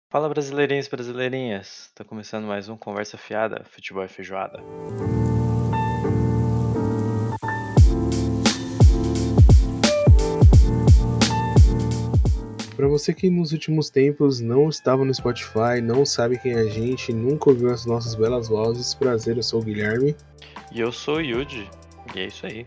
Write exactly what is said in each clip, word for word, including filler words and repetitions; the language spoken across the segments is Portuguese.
Fala brasileirinhos e brasileirinhas, tá começando mais um Conversa Fiada, Futebol e Feijoada. Para você que nos últimos tempos não estava no Spotify, não sabe quem é a gente, nunca ouviu as nossas belas vozes, prazer, eu sou o Guilherme. E eu sou o Yuji, e é isso aí.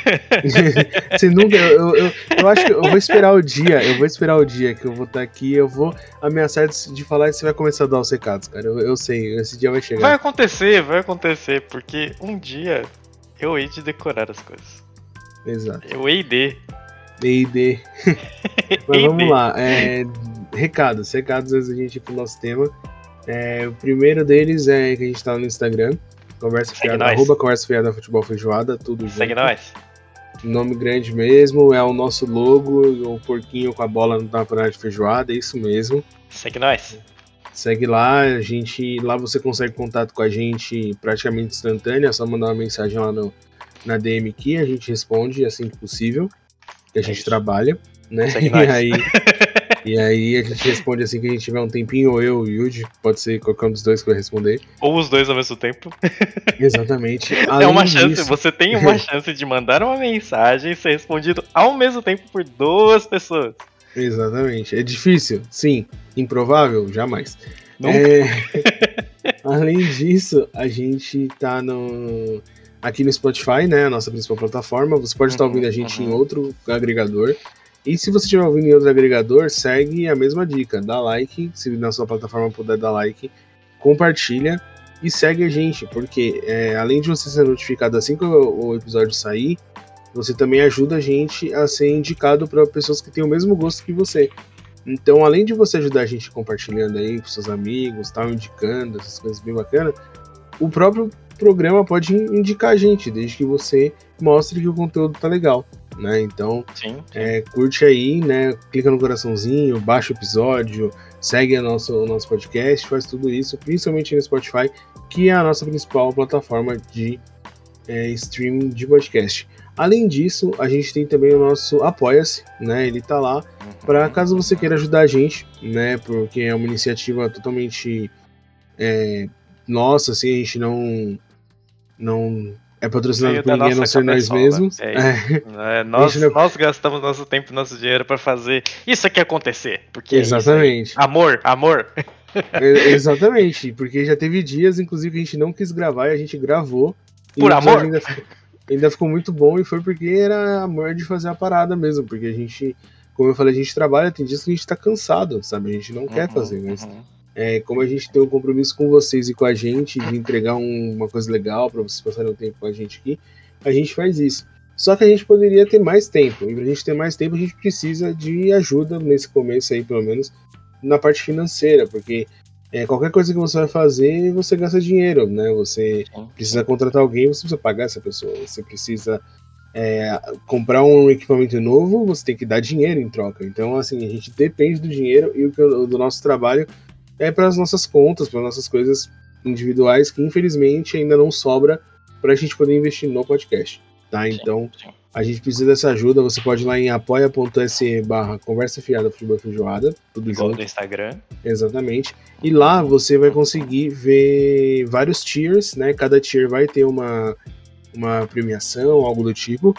Você nunca, eu, eu, eu acho que eu vou esperar o dia, eu vou esperar o dia que eu vou estar aqui, eu vou ameaçar de, de falar e você vai começar a dar os recados, cara, eu, eu sei, esse dia vai chegar. Vai acontecer, vai acontecer, porque um dia eu hei de decorar as coisas. Exato. Eu hei de. E D. Mas vamos lá, é, recados, recados antes da gente ir pro nosso tema. É, o primeiro deles é que a gente tá no Instagram, Conversa Fiada, arroba Conversa Fiada Futebol Feijoada, tudo junto. Segue nós. Nome grande mesmo, é o nosso logo, o porquinho com a bola na panela de feijoada, é isso mesmo. Segue nós. Segue lá, a gente, lá você consegue contato com a gente praticamente instantâneo, é só mandar uma mensagem lá no, na D M aqui, a gente responde assim que possível, que a gente é trabalha, né? Segue e nós. aí E aí a gente responde assim que a gente tiver um tempinho, ou eu, o Yuji, pode ser qualquer um dos dois que vai responder. Ou os dois ao mesmo tempo. Exatamente. Além é uma chance, disso... você tem uma chance de mandar uma mensagem e ser respondido ao mesmo tempo por duas pessoas. Exatamente. É difícil? Sim. Improvável? Jamais. Nunca. É... Além disso, a gente tá no... aqui no Spotify, né? A nossa principal plataforma. Você pode uhum, estar ouvindo a gente uhum. em outro agregador. E se você estiver ouvindo em outro agregador, segue a mesma dica, dá like, se na sua plataforma puder dar like, compartilha e segue a gente, porque é, além de você ser notificado assim que o, o episódio sair, você também ajuda a gente a ser indicado para pessoas que têm o mesmo gosto que você. Então, além de você ajudar a gente compartilhando aí com seus amigos, tal, indicando essas coisas bem bacanas, o próprio programa pode indicar a gente, desde que você mostre que o conteúdo tá legal. Né? Então, sim, sim. É, curte aí, né? Clica no coraçãozinho, baixa o episódio, segue o nosso, o nosso podcast, faz tudo isso, principalmente no Spotify, que é a nossa principal plataforma de é, streaming de podcast. Além disso, a gente tem também o nosso Apoia-se, né? Ele tá lá uhum. para caso você queira ajudar a gente, né? Porque é uma iniciativa totalmente é, nossa, assim, a gente não não é patrocinado por ninguém a não ser nós mesmos. É é. É, nós, não... nós gastamos nosso tempo e nosso dinheiro para fazer isso aqui acontecer. Porque exatamente. É amor, amor. É, exatamente, porque já teve dias, inclusive, que a gente não quis gravar e a gente gravou. Por amor? Ainda ficou, ainda ficou muito bom e foi porque era amor de fazer a parada mesmo. Porque a gente, como eu falei, a gente trabalha, tem dias que a gente tá cansado, sabe? A gente não uhum, quer fazer, mas... Uhum. É, como a gente tem um compromisso com vocês e com a gente de entregar um, uma coisa legal para vocês passarem um tempo com a gente aqui, a gente faz isso. Só que a gente poderia ter mais tempo, e pra gente ter mais tempo a gente precisa de ajuda nesse começo aí, pelo menos, na parte financeira, porque é, qualquer coisa que você vai fazer, você gasta dinheiro, né? Você precisa contratar alguém, você precisa pagar essa pessoa, você precisa é, comprar um equipamento novo, você tem que dar dinheiro em troca. Então, assim, a gente depende do dinheiro e do nosso trabalho é para as nossas contas, para as nossas coisas individuais, que infelizmente ainda não sobra para a gente poder investir no podcast, tá? Então, sim, sim. A gente precisa dessa ajuda, você pode ir lá em apoia.se barra Conversa Fiada Futebol Feijoada, tudo igual junto. No Instagram. Exatamente. E lá você vai conseguir ver vários tiers, né? Cada tier vai ter uma, uma premiação, algo do tipo.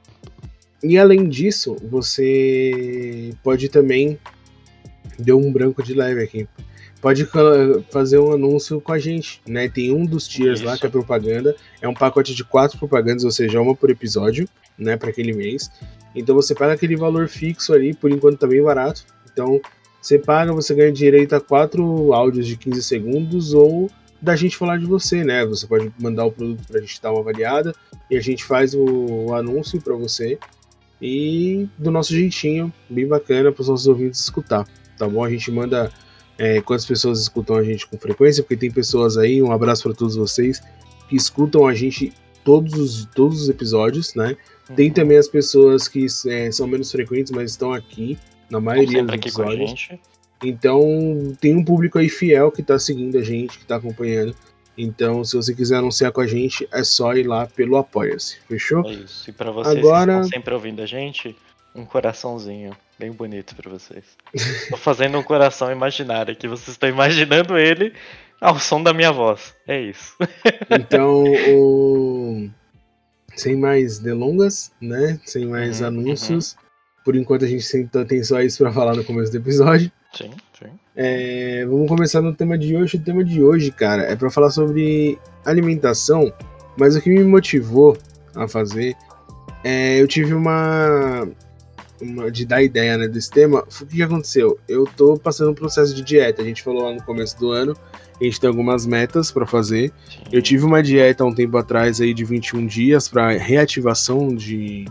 E além disso, você pode também... Deu um branco de leve aqui. Pode fazer um anúncio com a gente, né? Tem um dos tiers Isso. lá que é propaganda, é um pacote de quatro propagandas, ou seja, uma por episódio, né, para aquele mês. Então você paga aquele valor fixo ali, por enquanto tá bem barato. Então você paga, você ganha direito a quatro áudios de quinze segundos ou da gente falar de você, né? Você pode mandar o produto pra gente dar uma avaliada e a gente faz o, o anúncio para você e do nosso jeitinho, bem bacana para os nossos ouvintes escutar, tá bom? A gente manda É, quantas pessoas escutam a gente com frequência, porque tem pessoas aí, um abraço para todos vocês, que escutam a gente todos os, todos os episódios, né? Uhum. Tem também as pessoas que é, são menos frequentes, mas estão aqui, na maioria dos episódios. Então, tem um público aí fiel que tá seguindo a gente, que tá acompanhando. Então, se você quiser anunciar com a gente, é só ir lá pelo Apoia-se, fechou? É isso, e para vocês Agora... que estão sempre ouvindo a gente, um coraçãozinho. bem bonito pra vocês. Tô fazendo um coração imaginário aqui, vocês estão imaginando ele ao som da minha voz. É isso. Então, o... sem mais delongas, né? Sem mais Uhum, anúncios. Uhum. Por enquanto a gente tem só isso pra falar no começo do episódio. Sim, sim. É, vamos começar no tema de hoje. O tema de hoje, cara, é pra falar sobre alimentação. Mas o que me motivou a fazer é... Eu tive uma... uma de dar ideia, né, desse tema. O que, que aconteceu? Eu tô passando um processo de dieta. A gente falou lá no começo do ano. A gente tem algumas metas pra fazer. Sim. Eu tive uma dieta há um tempo atrás aí de vinte e um dias pra reativação de...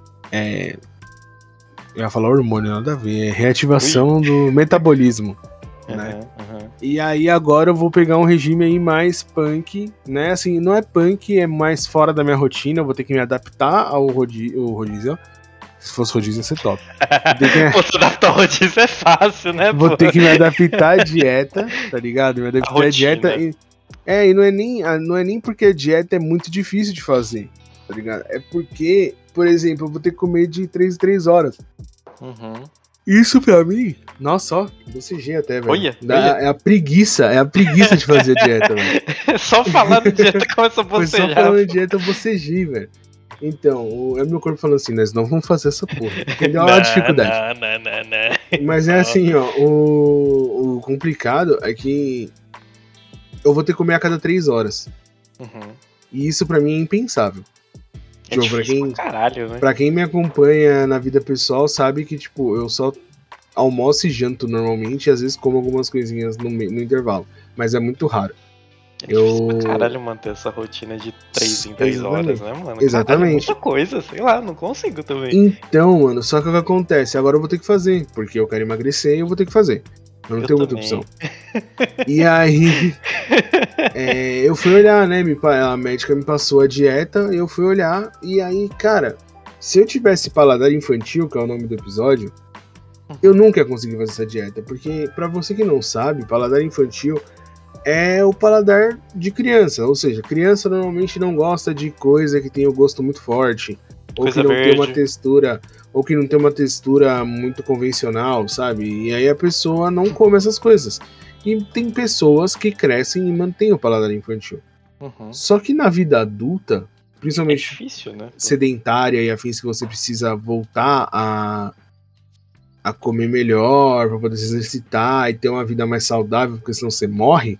É, eu ia falar hormônio, nada a ver. É reativação Ui. do metabolismo. Uhum, né? Uhum. E aí agora eu vou pegar um regime aí mais punk, né? Assim, não é punk, é mais fora da minha rotina. Eu vou ter que me adaptar ao rodi- o rodízio. Se fosse rodízio ia ser top. Que... Pô, se adaptar ao rodízio é fácil, né? Vou pô? ter que me adaptar à dieta, tá ligado? Me adaptar à dieta. E... É, e não é, nem, não é nem porque a dieta é muito difícil de fazer, tá ligado? É porque, por exemplo, eu vou ter que comer de três em três horas. Uhum. Isso pra mim, nossa, ó, bocejei até, velho. Olha, Dá, olha. É a preguiça, é a preguiça de fazer dieta, velho. Só falando de dieta começa a bocejar. Foi só falando de dieta eu bocejei, velho. Então, o, é meu corpo falando assim, nós não vamos fazer essa porra. Entendeu? Olha a dificuldade. Não, não, não, não. Mas é assim, ó, o, o complicado é que eu vou ter que comer a cada três horas. Uhum. E isso pra mim é impensável. É tipo, pra, quem, pra caralho, né? Pra quem me acompanha na vida pessoal sabe que, tipo, eu só almoço e janto normalmente e às vezes como algumas coisinhas no, no intervalo. Mas é muito raro. É difícil eu... pra caralho manter essa rotina de três em três horas, né, mano? Exatamente. Caralho, é muita coisa, sei lá, não consigo também. Então, mano, só que o que acontece? Agora eu vou ter que fazer, porque eu quero emagrecer e eu vou ter que fazer. Eu não eu tenho também. Muita opção. E aí, é, eu fui olhar, né? A médica me passou a dieta, eu fui olhar, e aí, cara, se eu tivesse paladar infantil, que é o nome do episódio, eu nunca ia conseguir fazer essa dieta. Porque, pra você que não sabe, paladar infantil é o paladar de criança. Ou seja, criança normalmente não gosta de coisa que tem o gosto muito forte, ou coisa que não verde. tem uma textura... ou que não tem uma textura muito convencional, sabe? E aí a pessoa não come essas coisas. E tem pessoas que crescem e mantêm o paladar infantil. Uhum. Só que na vida adulta, principalmente é difícil, né? sedentária e afins, que você precisa voltar a, a comer melhor, para poder se exercitar e ter uma vida mais saudável, porque senão você morre.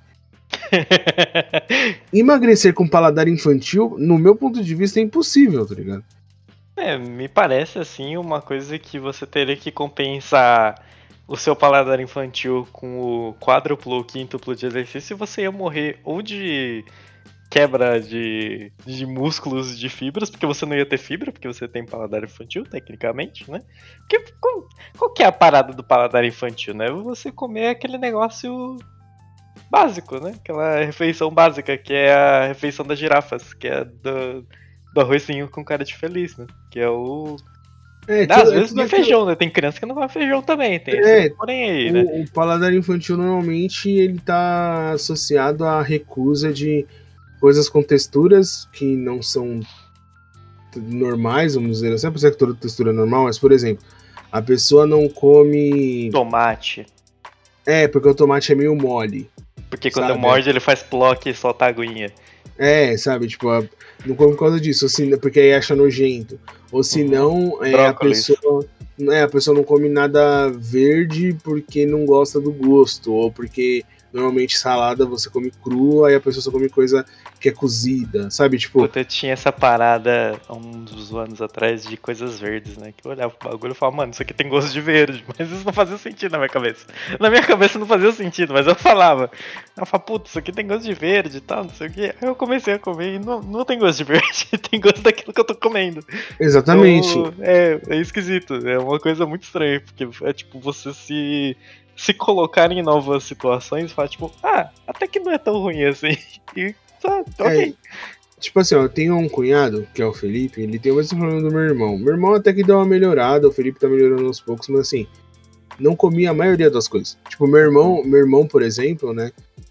Emagrecer com paladar infantil, no meu ponto de vista, é impossível, tá ligado? É, me parece assim uma coisa que você teria que compensar o seu paladar infantil com o quádruplo ou quíntuplo de exercício e você ia morrer ou de quebra de, de músculos, de fibras, porque você não ia ter fibra, porque você tem paladar infantil, tecnicamente, né? Porque, qual, qual que é a parada do paladar infantil, né? Você comer aquele negócio básico, né? Aquela refeição básica, que é a refeição das girafas, que é do... do arrozinho com cara de feliz, né? Que é o... É, não, às é vezes não é feijão, né? Tem criança que não come feijão também. Tem é, esse porém aí, o, né? O paladar infantil, normalmente, ele tá associado à recusa de coisas com texturas que não são normais, vamos dizer assim. Apesar que toda textura é normal, mas, por exemplo, a pessoa não come... tomate. É, porque o tomate é meio mole. Porque quando sabe? morde, ele faz ploque e solta a aguinha. É, sabe, tipo, a, não come por causa disso, ou se, porque aí acha nojento. Ou se não, uhum. é, a pessoa é, a pessoa não come nada verde porque não gosta do gosto, ou porque normalmente salada você come crua, aí a pessoa só come coisa que é cozida, sabe, tipo... Puta, eu tinha essa parada há uns anos atrás de coisas verdes, né, que eu olhava pro bagulho e falava, mano, isso aqui tem gosto de verde, mas isso não fazia sentido na minha cabeça. Na minha cabeça não fazia sentido, mas eu falava. Eu falava, puta, isso aqui tem gosto de verde e tal, não sei o que. Aí eu comecei a comer e não, não tem gosto de verde, tem gosto daquilo que eu tô comendo. Exatamente. Então, é, é esquisito, é uma coisa muito estranha, porque é tipo você se... se colocar em novas situações e falar, tipo, ah, até que não é tão ruim assim. E tá, tá ok. É, tipo assim, ó, eu tenho um cunhado, que é o Felipe, ele tem o mesmo problema do meu irmão. Meu irmão até que deu uma melhorada, o Felipe tá melhorando aos poucos, mas assim, não comia a maioria das coisas. Tipo, meu irmão, meu irmão, por exemplo, né,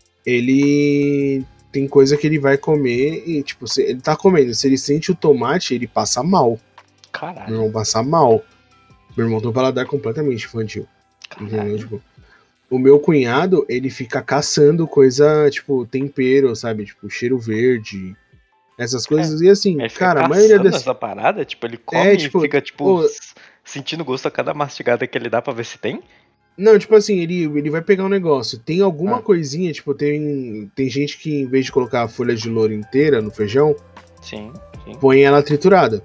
ele tem coisa que ele vai comer e, tipo, se ele tá comendo, se ele sente o tomate, ele passa mal. Caralho. Meu irmão passa mal. Meu irmão tem um paladar completamente infantil. Entendeu? Tipo, o meu cunhado, ele fica caçando coisa, tipo, tempero, sabe? Tipo, cheiro verde, essas coisas. É. E assim, Ele fica cara, a maioria caçando desse... essa parada, tipo, ele come É, e tipo, fica, tipo, ô, s- sentindo gosto a cada mastigada que ele dá pra ver se tem? não, tipo assim, ele, ele vai pegar um negócio. Tem alguma Ah, coisinha, tipo, tem, tem gente que em vez de colocar a folha de louro inteira no feijão, sim, sim. põe ela triturada.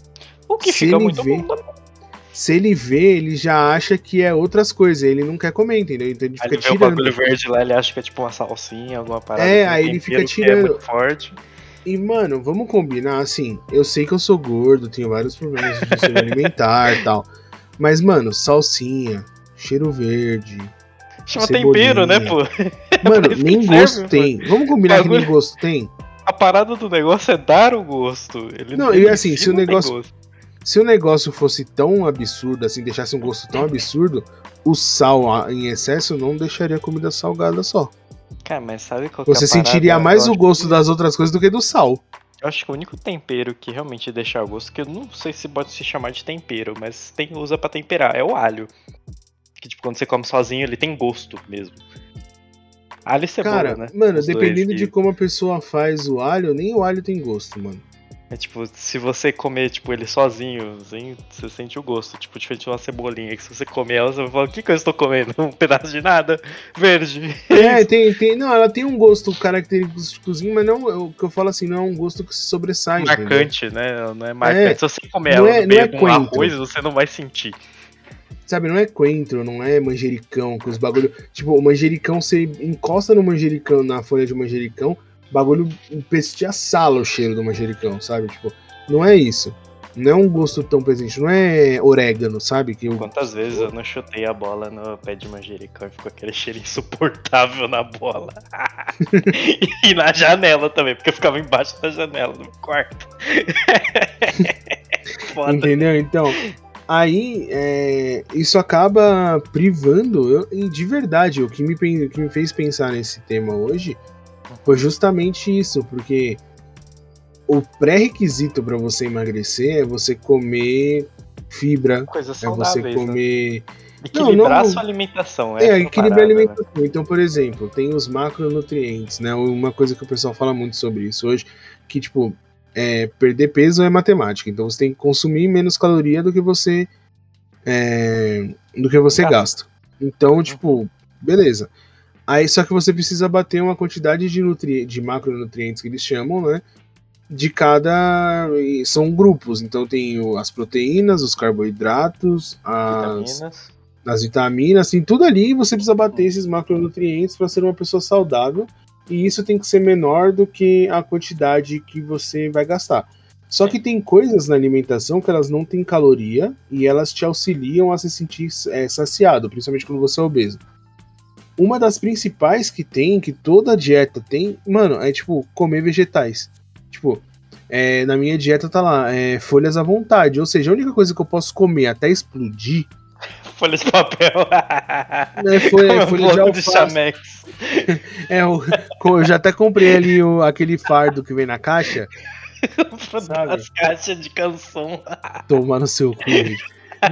O que Se fica ele muito vê, bom também. se ele vê, ele já acha que é outras coisas, ele não quer comer, entendeu? Então ele Aí fica ele vê o tirando. bagulho verde lá, ele acha que é tipo uma salsinha, alguma parada É, com um aí ele fica tempero que é tirando. muito forte. E, mano, vamos combinar, assim, eu sei que eu sou gordo, tenho vários problemas de distúrbio alimentar e tal. Mas, mano, salsinha, cheiro verde, Chama tempero, né, cebolinha. pô? É Mano, pra isso nem que gosto serve, pô. tem. Vamos combinar que nem Bagulho- gosto tem? A parada do negócio é dar o gosto. Ele, Não, ele e em assim, si se o não tem negócio- gosto. Se o negócio fosse tão absurdo, assim, deixasse um gosto tão absurdo, o sal a- em excesso não deixaria a comida salgada só. Cara, mas sabe qual que é Você a parada? sentiria mais Eu o acho gosto que- das outras coisas do que do sal. Eu acho que o único tempero que realmente deixa o gosto, que eu não sei se pode se chamar de tempero, mas tem, usa pra temperar, é o alho. Que tipo, quando você come sozinho, ele tem gosto mesmo. Alho e cebola, Cara, né? mano, Os dois dependendo que- de como a pessoa faz o alho, nem o alho tem gosto, mano. É tipo, se você comer, tipo, ele sozinho, assim, você sente o gosto. Tipo, diferente de uma cebolinha, que se você comer ela, você vai falar, o que que eu estou comendo? Um pedaço de nada? Verde. É, tem, tem. Não, ela tem um gosto característicozinho, mas não. O que eu falo assim, não é um gosto que se sobressai. Entendeu? Marcante, né? Não é marcante. É, Se você comer não ela é- no não meio é de um coentro. arroz, você não vai sentir. Sabe, não é coentro, não é manjericão, com os bagulho. Tipo, o manjericão, você encosta no manjericão, na folha de manjericão, o bagulho empesteia sala o cheiro do manjericão, sabe? Tipo, não é isso. Não é um gosto tão presente, não é orégano, sabe? Que eu, Quantas vezes eu não chutei a bola no pé de manjericão e ficou aquele cheiro insuportável na bola. E na janela também, porque eu ficava embaixo da janela do meu quarto. Foda. Entendeu? Então, aí é, isso acaba privando, eu, e de verdade, o que, me, pen- o que me fez pensar nesse tema hoje foi justamente isso, porque o pré-requisito para você emagrecer é você comer fibra, Coisas é você saudáveis, né? comer. Equilibrar não, não- a sua alimentação, É, essa equilibrar a parada, né? alimentação. Então, por exemplo, tem os macronutrientes, né? Uma coisa que o pessoal fala muito sobre isso hoje, que, tipo, é, perder peso é matemática. Então você tem que consumir menos caloria do que você é, do que você Gasta. gasta. Então, tipo, beleza. Aí só que você precisa bater uma quantidade de, nutri de macronutrientes que eles chamam, né? De cada. e São grupos. Então tem o- as proteínas, os carboidratos, as, Vitaminas. as vitaminas, tem tudo ali e você precisa bater esses macronutrientes para ser uma pessoa saudável. E isso tem que ser menor do que a quantidade que você vai gastar. Só que tem coisas na alimentação que elas não têm caloria e elas te auxiliam a se sentir é, saciado, principalmente quando você é obeso. Uma das principais que tem, que toda dieta tem, mano, é tipo comer vegetais. Tipo, é, na minha dieta tá lá, é, folhas à vontade. Ou seja, a única coisa que eu posso comer até explodir Folha de papel. é folha, Como é um folha de bloco de alface. chamex. É, eu, eu já até comprei ali o, aquele fardo que vem na caixa. Sabe? As caixas de canção. Tomar no seu cu, gente.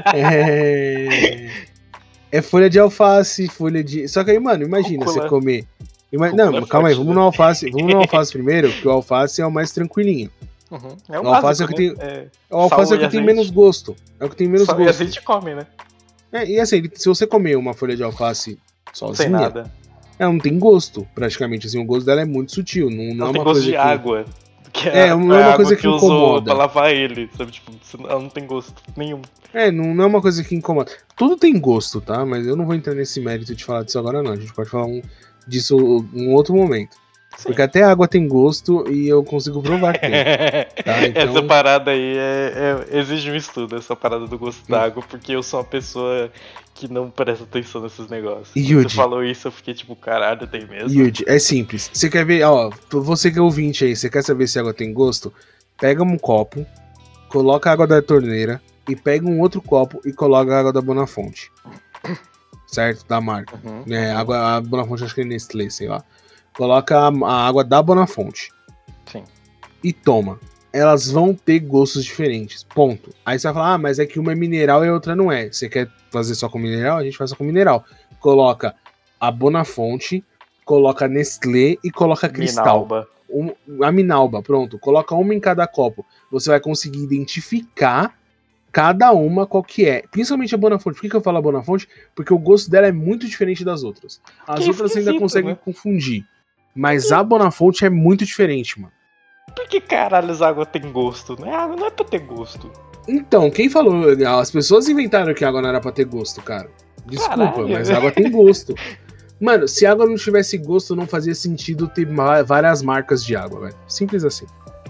É... é folha de alface, folha de. Só que aí, mano, imagina Rúcula. você comer. Ima... Rúcula Não, é calma aí, forte, vamos né? no alface. Vamos no alface primeiro, porque o alface é o mais tranquilinho. Uhum. É o O alface básico, é o né? que É, O alface sal é o que e tem azeite. menos gosto. É o que tem menos Sal e gosto. azeite come, né? É, e assim, se você comer uma folha de alface Sem sozinha, nada. ela não tem gosto, praticamente. Assim, o gosto dela é muito sutil. Não, não, Não é tem uma gosto coisa de que... água. Que É, a- não é a uma água coisa que usou incomoda. pra lavar ele, sabe? Tipo, ela não tem gosto nenhum. É, não, não é uma coisa que incomoda. Tudo tem gosto, tá? Mas eu não vou entrar nesse mérito de falar disso agora, não. A gente pode falar um, disso em um outro momento. Sim. Porque até água tem gosto e eu consigo provar que tem. Tá, então- Essa parada aí é, é- exige um estudo, essa parada do gosto Hum. d'água, porque eu sou uma pessoa que não presta atenção nesses negócios. Quando Yudi. você falou isso, eu fiquei tipo, caralho, tem mesmo? Yudi, é simples. Você quer ver, ó, você que é ouvinte aí, você quer saber se a água tem gosto? Pega um copo, coloca a água da torneira e pega um outro copo e coloca a água da Bonafonte. Certo? Da marca. Uhum. É, água, a Bonafonte acho que é Nestlé, sei lá. Coloca a, a água da Bonafonte Sim. e toma. elas vão ter gostos diferentes, ponto. Aí você vai falar, ah, mas é que uma é mineral e a outra não é. Você quer fazer só com mineral? A gente faz só com mineral. Coloca a Bonafonte, coloca Nestlé e coloca Cristal. Minalba. Um, a Minalba, pronto. Coloca uma em cada copo. Você vai conseguir identificar cada uma qual que é. Principalmente a Bonafonte. Por que, que eu falo a Bonafonte? Porque o gosto dela é muito diferente das outras. As Que outras ainda conseguem né? confundir. Mas a Bonafonte é muito diferente, mano. Por que caralho as águas têm gosto? Não é, água não é pra ter gosto. Então, quem falou? As pessoas inventaram que água não era pra ter gosto, cara. Desculpa, Caralho. mas água tem gosto. Mano, se água não tivesse gosto, não fazia sentido ter várias marcas de água, velho. Simples assim.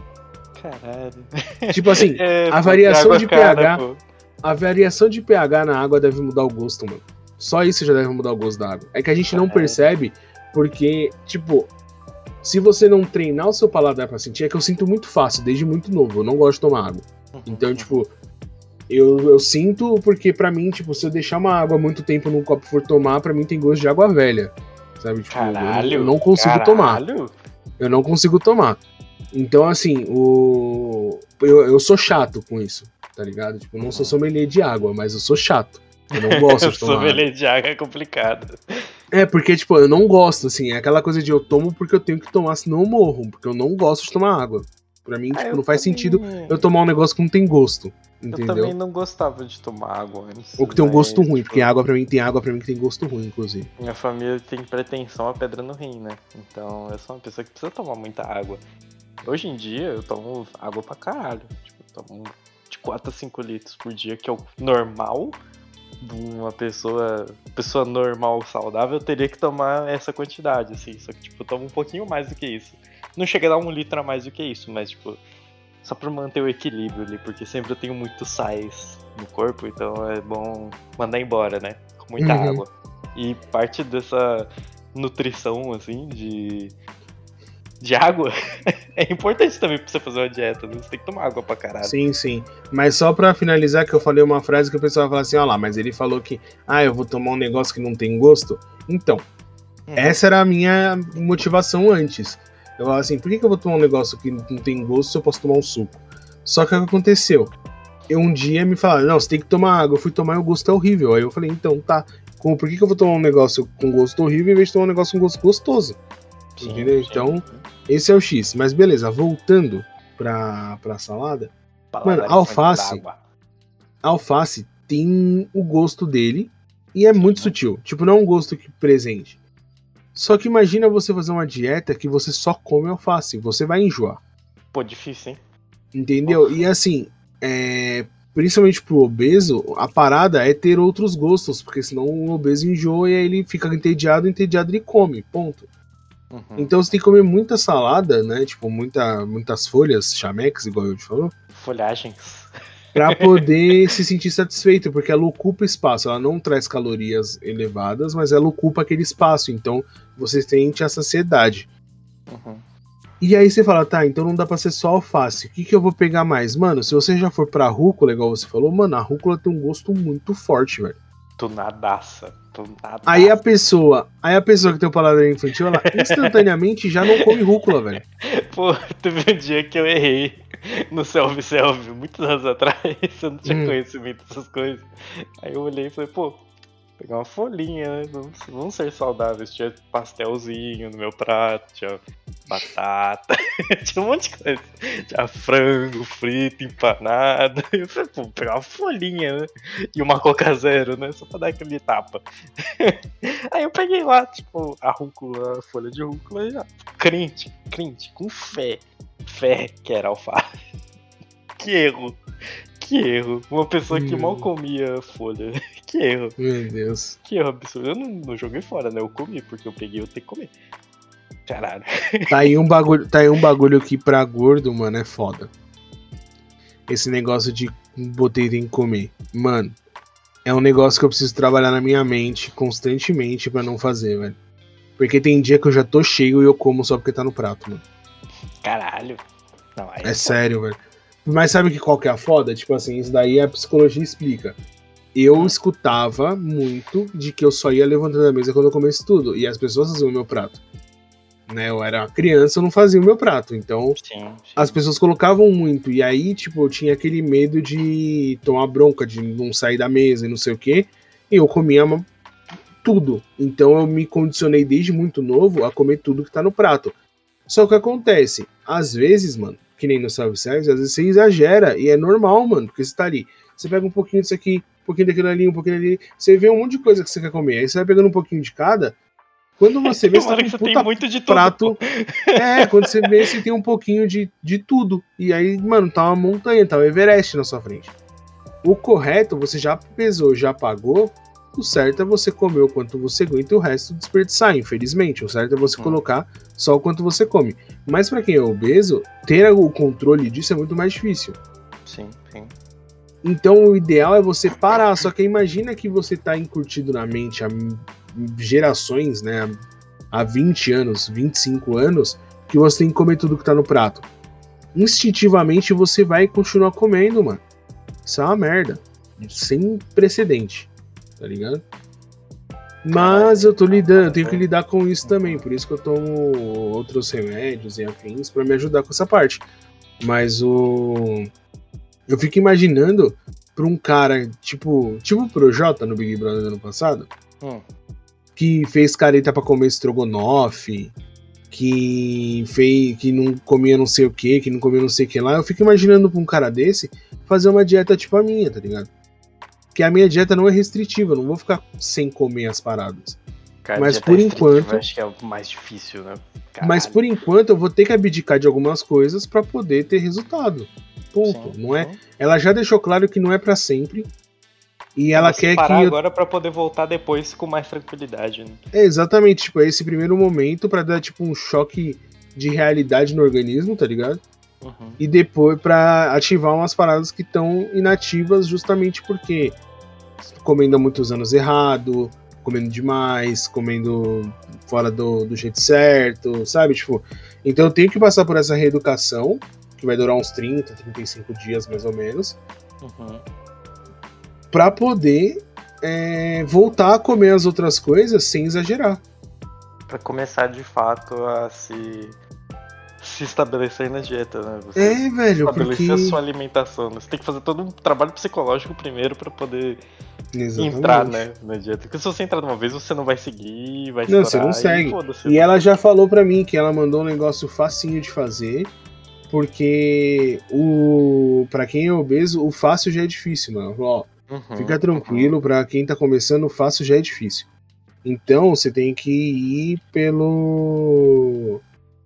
Caralho. Tipo assim, É, a variação de cara, pH. pô. A variação de pH na água deve mudar o gosto, mano. Só isso já deve mudar o gosto da água. É que a gente não Caralho. percebe, porque, tipo, se você não treinar o seu paladar pra sentir, é que eu sinto muito fácil, desde muito novo. Eu não gosto de tomar água. Então, tipo, eu, eu sinto porque pra mim, tipo, se eu deixar uma água muito tempo num copo e for tomar, pra mim tem gosto de água velha. Sabe? Tipo, Caralho. eu, eu não consigo caralho. tomar. Eu não consigo tomar. Então, assim, o... eu, eu sou chato com isso, tá ligado? Tipo, eu não sou sommelier de água, mas eu sou chato. Eu não gosto de tomar Sommelier água. de água é complicado. É, porque, tipo, eu não gosto, assim, é aquela coisa de eu tomo porque eu tenho que tomar, senão eu morro, porque eu não gosto de tomar água. Pra mim, Ah, tipo, eu não faz também- sentido eu tomar um negócio que não tem gosto, Eu também entendeu? não gostava de tomar água antes. Ou que tem um mas, gosto ruim, tipo, porque água pra mim tem água pra mim que tem gosto ruim, inclusive. Minha família tem pretensão a pedra no rim, né? Então eu sou uma pessoa que precisa tomar muita água. Hoje em dia eu tomo água pra caralho. Tipo, eu tomo de quatro a cinco litros por dia, que é o normal de uma pessoa. Pessoa normal, saudável, teria que tomar essa quantidade, assim. Só que, tipo, eu tomo um pouquinho mais do que isso. Não chega a dar um litro a mais do que isso, mas, tipo, só pra manter o equilíbrio ali, porque sempre eu tenho muito sais no corpo, então é bom mandar embora, né? Com muita Uhum. água. E parte dessa nutrição, assim, de, de água, é importante também pra você fazer uma dieta, né? Você tem que tomar água pra caralho. Sim, sim. Mas só pra finalizar, que eu falei uma frase que o pessoal vai falar assim, ó lá, mas ele falou que, ah, eu vou tomar um negócio que não tem gosto. Então, Uhum. essa era a minha motivação antes. Eu falava assim, por que, que eu vou tomar um negócio que não tem gosto se eu posso tomar um suco? Só que o que aconteceu? Eu, um dia me falaram, não, você tem que tomar água. Eu fui tomar e o gosto é horrível. Aí eu falei, então tá, como, por que, que eu vou tomar um negócio com gosto horrível em vez de tomar um negócio com gosto gostoso? Sim, Entendeu? sim. Então, esse é o X. Mas beleza, voltando pra, pra salada, Paladar mano, alface. d'água. a alface tem o gosto dele e é muito sutil. Tipo, não é um gosto que presente. Só que imagina você fazer uma dieta que você só come alface, você vai enjoar. Pô, difícil, hein? Entendeu? E assim, é, principalmente pro obeso, a parada é ter outros gostos, porque senão o obeso enjoa e aí ele fica entediado, entediado ele come, ponto. Uhum. Então você tem que comer muita salada, né? Tipo, muita, muitas folhas, chamex, igual eu te falou, Folhagens. pra poder se sentir satisfeito, porque ela ocupa espaço, ela não traz calorias elevadas, mas ela ocupa aquele espaço, então você sente a saciedade. Uhum. E aí você fala, tá, então não dá pra ser só alface, o que que eu vou pegar mais? Mano, se você já for pra rúcula, igual você falou, mano, a rúcula tem um gosto muito forte, velho. Tu nadaça. Tu nadaça. Aí a pessoa, aí a pessoa que tem o paladar infantil, ela instantaneamente já não come rúcula, velho. Pô, teve um dia que eu errei no self-self, muitos anos atrás, eu não tinha Hum. conhecimento dessas coisas. Aí eu olhei e falei, pô, pegar uma folhinha, né? Vamos, vamos ser saudáveis. Tinha pastelzinho no meu prato, tinha batata, tinha um monte de coisa. Tinha frango frito, empanado. Eu falei, pô, vou pegar uma folhinha, né? E uma Coca Zero, né? Só pra dar aquele tapa. Aí eu peguei lá, tipo, a rúcula, a folha de rúcula e já. Crente, crente, com fé. Fé que era alface. Que erro. Que erro. Uma pessoa que Hum. mal comia folha. Que erro. Meu Deus. Que erro absurdo. Eu não, não joguei fora, né? Eu comi, porque eu peguei, eu tenho que comer. Caralho. Tá aí um bagulho, tá aí um bagulho que pra gordo, mano, é foda. Esse negócio de botei tem que comer. Mano, é um negócio que eu preciso trabalhar na minha mente constantemente pra não fazer, velho. Porque tem dia que eu já tô cheio e eu como só porque tá no prato, mano. Caralho. Não, aí É sério, velho. Mas sabe que qual que é a foda? Tipo assim, isso daí a psicologia explica. Eu Hum. escutava muito de que eu só ia levantando a mesa quando eu comesse tudo. E as pessoas faziam o meu prato. né? Eu era criança, eu não fazia o meu prato. Então, Sim, sim. as pessoas colocavam muito. E aí, tipo, eu tinha aquele medo de tomar bronca, de não sair da mesa e não sei o quê. E eu comia tudo. Então, eu me condicionei desde muito novo a comer tudo que tá no prato. Só que acontece, às vezes, mano, que nem no self-service, às vezes você exagera e é normal, mano, porque você tá ali. Você pega um pouquinho disso aqui, um pouquinho daquilo ali, um pouquinho ali. Você vê um monte de coisa que você quer comer. Aí você vai pegando um pouquinho de cada. Quando você vê, você tá com um puta muito de prato. Tudo, é, quando você vê, você tem um pouquinho de, de tudo. E aí, mano, tá uma montanha, tá o Everest na sua frente. O correto, você já pesou, já pagou. O certo é você comer o quanto você aguenta e o resto desperdiçar, infelizmente. O certo é você hum. colocar só o quanto você come. Mas pra quem é obeso, ter o controle disso é muito mais difícil. Sim, sim. Então o ideal é você parar. Só que imagina que você tá encurtido na mente há gerações, né? Há vinte anos, vinte e cinco anos, que você tem que comer tudo que tá no prato. Instintivamente você vai continuar comendo, mano. Isso é uma merda. Sem precedente. Tá ligado? Mas eu tô lidando, eu tenho que lidar com isso também, por isso que eu tomo outros remédios e afins pra me ajudar com essa parte. Mas o... eu fico imaginando pra um cara, tipo, tipo o Projota no Big Brother do ano passado, hum. que fez careta pra comer estrogonofe, que fez, que não comia não sei o que, que não comia não sei o que lá. Eu fico imaginando pra um cara desse fazer uma dieta tipo a minha, tá ligado? Que a minha dieta não é restritiva, eu não vou ficar sem comer as paradas. Cara, mas por enquanto, acho que é o mais difícil, né? Caralho. Mas por enquanto eu vou ter que abdicar de algumas coisas pra poder ter resultado. Ponto. Sim, não é? Sim. Ela já deixou claro que não é pra sempre. E ela quer parar que eu... agora pra poder voltar depois com mais tranquilidade, né? É exatamente, tipo, é esse primeiro momento pra dar tipo um choque de realidade no organismo, tá ligado? Uhum. E depois pra ativar umas paradas que estão inativas justamente porque comendo há muitos anos errado, comendo demais, comendo fora do, do jeito certo, sabe? Tipo, então eu tenho que passar por essa reeducação, que vai durar uns trinta, trinta e cinco dias mais ou menos, uhum. pra poder é, voltar a comer as outras coisas sem exagerar. Pra começar de fato a se... se estabelecer na dieta, né? Você é, velho, estabelecer porque... a sua alimentação, né? Você tem que fazer todo um trabalho psicológico primeiro pra poder Exatamente. entrar, né, na dieta. Porque se você entrar de uma vez, você não vai seguir, vai não, estourar. Você não segue. E, e ela já falou pra mim que ela mandou um negócio facinho de fazer, porque o pra quem é obeso, o fácil já é difícil, mano. Ó, uhum, fica tranquilo, uhum. Pra quem tá começando, o fácil já é difícil. Então, você tem que ir pelo...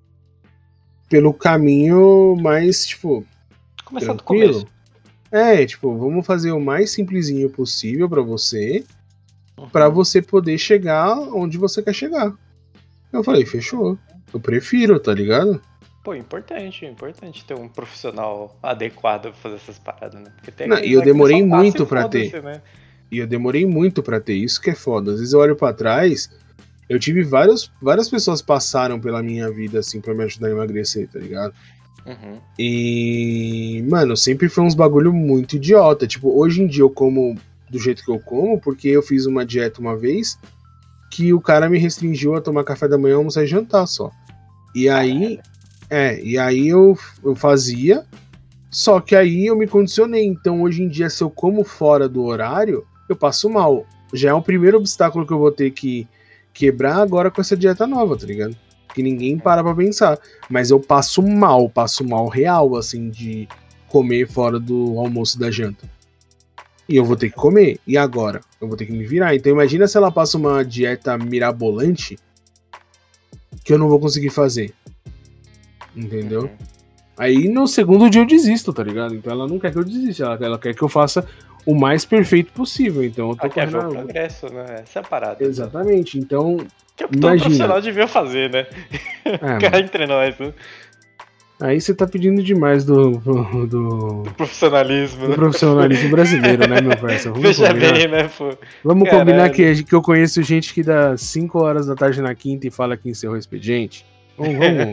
pelo caminho mais, tipo, começando tranquilo. Do começo. É, tipo, vamos fazer o mais simplesinho possível pra você, uhum. pra você poder chegar onde você quer chegar. Eu falei, fechou. Eu prefiro, tá ligado? Pô, importante, importante ter um profissional adequado pra fazer essas paradas, né? Porque tem Não, e eu demorei muito pra ter. Né? E eu demorei muito pra ter, isso que é foda. Às vezes eu olho pra trás, eu tive vários, várias pessoas passaram pela minha vida, assim, pra me ajudar a emagrecer, tá ligado? Uhum. E, mano, sempre foi uns bagulho muito idiota. Tipo, hoje em dia eu como do jeito que eu como, porque eu fiz uma dieta uma vez que o cara me restringiu a tomar café da manhã, almoçar e jantar só. E aí, é, e aí eu, eu fazia, só que aí eu me condicionei. Então hoje em dia, se eu como fora do horário, eu passo mal. Já é o primeiro obstáculo que eu vou ter que quebrar agora com essa dieta nova, tá ligado? Que ninguém para pra pensar. Mas eu passo mal, passo mal real, assim, de comer fora do almoço e da janta. E eu vou ter que comer. E agora? Eu vou ter que me virar. Então imagina se ela passa uma dieta mirabolante que eu não vou conseguir fazer. Entendeu? Uhum. Aí no segundo dia eu desisto, tá ligado? Então ela não quer que eu desista. Ela, ela quer que eu faça o mais perfeito possível. Então eu tô ela quer ver o progresso, né? Essa é a parada. Exatamente. Então... que todo imagina. Profissional devia fazer, né? É, cá entre nós, né? Aí você tá pedindo demais do... do, do... do profissionalismo. Do profissionalismo brasileiro, né, meu parceiro? Veja combinar. Bem, né, pô? Vamos Caralho. Combinar que, que eu conheço gente que dá cinco horas da tarde na quinta e fala que encerrou o expediente. Vamos, vamos.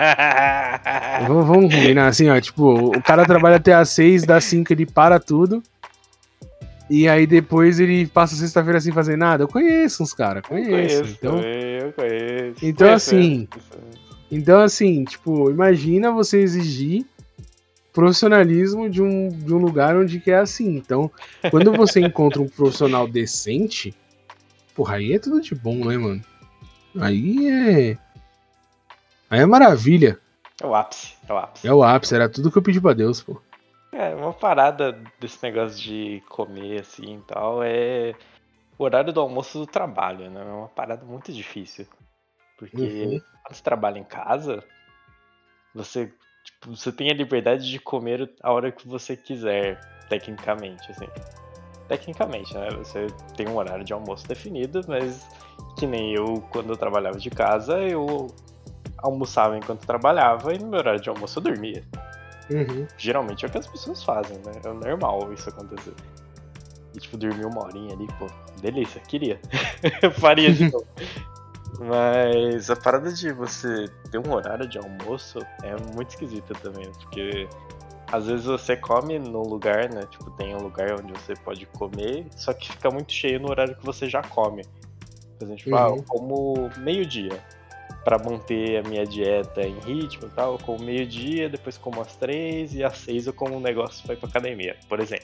vamos, vamos combinar assim, ó. Tipo, o cara trabalha até às seis, dá cinco, ele para tudo. E aí depois ele passa a sexta-feira sem fazer nada. Eu conheço uns caras, conheço. Conheço, Então, eu conheço. então Conheço, assim, conheço. então assim, tipo, imagina você exigir profissionalismo de um, de um lugar onde que é assim. Então, quando você encontra um profissional decente, porra, aí é tudo de bom, né, mano? Aí é... Aí é maravilha. É o ápice, é o ápice. É o ápice, era tudo que eu pedi pra Deus, pô. É, uma parada desse negócio de comer assim e tal é o horário do almoço do trabalho, né? É uma parada muito difícil. Porque Uhum. quando você trabalha em casa, você, tipo, você tem a liberdade de comer a hora que você quiser, tecnicamente, assim. Tecnicamente, né? Você tem um horário de almoço definido, mas que nem eu, quando eu trabalhava de casa, eu almoçava enquanto trabalhava e no meu horário de almoço eu dormia. Uhum. Geralmente é o que as pessoas fazem, né? É normal isso acontecer. E tipo, dormir uma horinha ali, pô, delícia, queria. Eu faria de novo. Mas a parada de você ter um horário de almoço é muito esquisita também, porque às vezes você come num lugar, né? Tipo, tem um lugar onde você pode comer, só que fica muito cheio no horário que você já come. Por exemplo, tipo, ah, eu como meio-dia. Pra manter a minha dieta em ritmo e tal, eu como meio-dia, depois como às três e às seis eu como um negócio pra ir pra academia, por exemplo.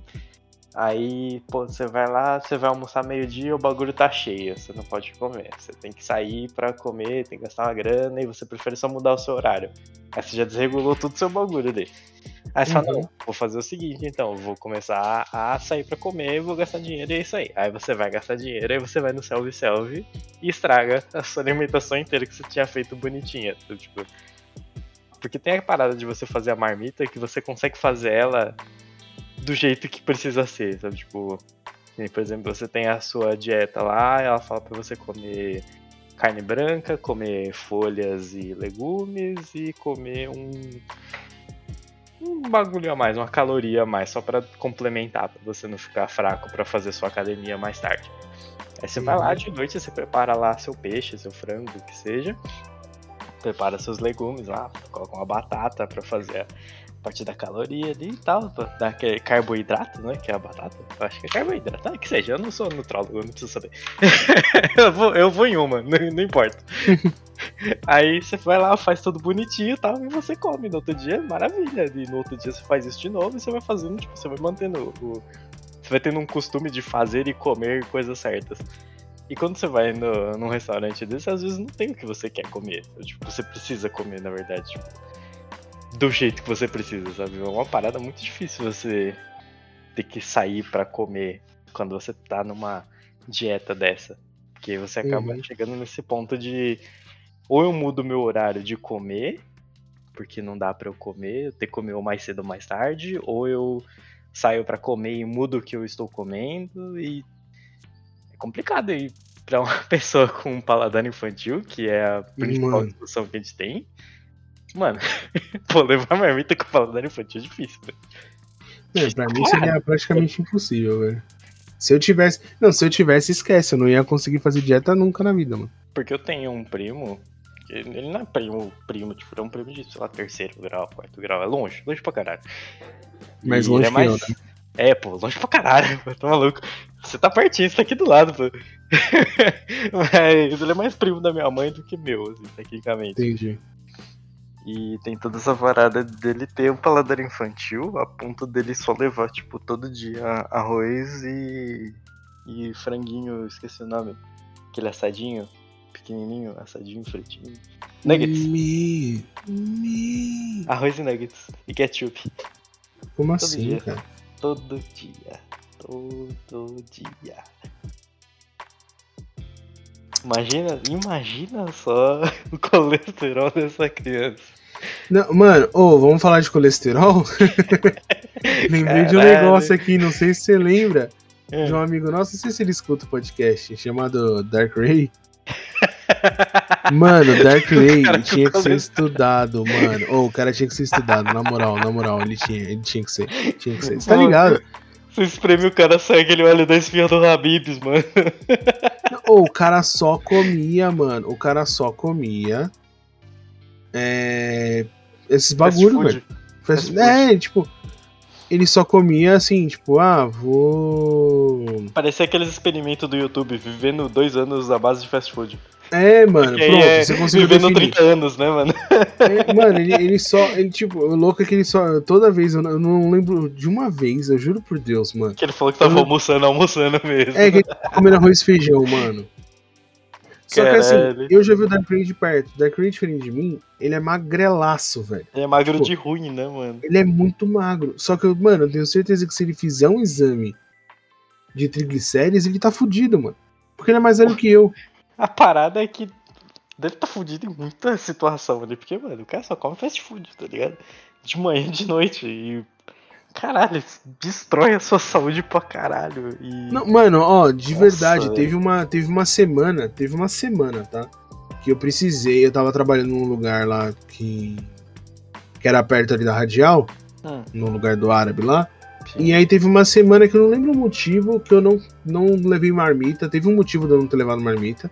Aí, pô, você vai lá, você vai almoçar meio-dia, o bagulho tá cheio, você não pode comer. Você tem que sair pra comer, tem que gastar uma grana e você prefere só mudar o seu horário. Aí você já desregulou tudo o seu bagulho ali. Aí você Uhum. fala, não, vou fazer o seguinte então, eu vou começar a sair pra comer, vou gastar dinheiro e é isso aí. Aí você vai gastar dinheiro, aí você vai no self-self e estraga a sua alimentação inteira que você tinha feito bonitinha. Então, tipo, porque tem a parada de você fazer a marmita que você consegue fazer ela do jeito que precisa ser, sabe? Tipo, por exemplo, você tem a sua dieta lá, ela fala pra você comer carne branca, comer folhas e legumes e comer um um bagulho a mais, uma caloria a mais, só pra complementar, pra você não ficar fraco pra fazer sua academia mais tarde. Aí você uhum. vai lá de noite, você prepara lá seu peixe, seu frango, o que seja, prepara seus legumes lá, coloca uma batata pra fazer a parte da caloria ali e tal, pra dar aquele carboidrato, né, que é a batata. Eu acho que é carboidrato, ah, que seja, eu não sou nutrólogo, eu não preciso saber. eu, vou, eu vou em uma, não, não importa. Aí você vai lá, faz tudo bonitinho e tal, e você come no outro dia, maravilha. E no outro dia você faz isso de novo e você vai fazendo, tipo, você vai mantendo o... Você vai tendo um costume de fazer e comer coisas certas. E quando você vai no, num restaurante desse, às vezes não tem o que você quer comer. Tipo, você precisa comer, na verdade, tipo, do jeito que você precisa, sabe? É uma parada muito difícil você ter que sair pra comer quando você tá numa dieta dessa. Porque você acaba uhum. chegando nesse ponto de... Ou eu mudo meu horário de comer, porque não dá pra eu comer, eu ter que comer ou mais cedo ou mais tarde, ou eu saio pra comer e mudo o que eu estou comendo, e é complicado aí pra uma pessoa com um paladar infantil, que é a principal discussão que a gente tem. Mano, pô, levar marmita com paladar infantil é difícil, velho. É, pra mim seria praticamente impossível, velho. Se eu tivesse... Não, se eu tivesse, esquece, eu não ia conseguir fazer dieta nunca na vida, mano. Porque eu tenho um primo... Ele não é primo, primo, tipo, é um primo de, sei lá, terceiro grau, quarto grau. É longe, longe pra caralho. Mais longe é que mais... eu, né? É, pô, longe pra caralho, pô, tá maluco. Você tá pertinho, você tá aqui do lado, pô. Mas ele é mais primo da minha mãe do que meu, assim, tecnicamente. Entendi. E tem toda essa parada dele ter um paladar infantil, a ponto dele só levar, tipo, todo dia arroz e... e franguinho, esqueci o nome. Aquele assadinho. Pequenininho, assadinho, fritinho. Nuggets. Me, me. Arroz e nuggets. E ketchup. Como todo assim, dia. cara? Todo dia. Todo dia. Imagina, imagina só o colesterol dessa criança. Não, mano, ô, oh, vamos falar de colesterol? Lembrei Caralho. de um negócio aqui, não sei se você lembra. É. De um amigo nosso, não sei se ele escuta o podcast, chamado Dark Ray. Mano, Dark Ray tinha que ser estudado, mano. Ô, oh, o cara tinha que ser estudado, na moral, na moral, ele tinha, ele tinha que ser, tinha que ser. Você tá ligado? Você espreme o cara, sai aquele óleo da espinha do Habib's, mano. Ô, oh, o cara só comia, mano, o cara só comia é... esses bagulho, velho. Fast... É, tipo, ele só comia assim, tipo, ah, vou... Parecia aqueles experimentos do YouTube, vivendo dois anos à base de fast food. É, mano, Porque pronto, é você conseguiu vivendo definir. trinta anos, né, mano? É, mano, ele, ele só, ele tipo, o louco é que ele só, toda vez, eu não, eu não lembro de uma vez, eu juro por Deus, mano. Que ele falou que tava Eu- almoçando, almoçando mesmo. É, que ele tava comendo arroz e feijão, mano. Só que assim, Caralho. eu já vi o Dark Reed de perto. O Dark Reed, diferente de mim, ele é magrelaço, velho. Ele é magro Tipo, de ruim, né, mano? Ele é muito magro. Só que, eu, mano, eu tenho certeza que se ele fizer um exame de triglicérides, ele tá fudido, mano. Porque ele é mais velho que eu. A parada é que deve tá fudido em muita situação ali, porque, mano, o cara só come fast food, tá ligado? De manhã e de noite. E, caralho, destrói a sua saúde pra caralho. E... Não, mano, ó, de Nossa, verdade, velho. teve uma, teve uma semana, teve uma semana, tá? Que eu precisei, eu tava trabalhando num lugar lá que, que era perto ali da Radial, Hum, no lugar do árabe lá. sim. E aí teve uma semana que eu não lembro o motivo, que eu não, não levei marmita. Teve um motivo de eu não ter levado marmita.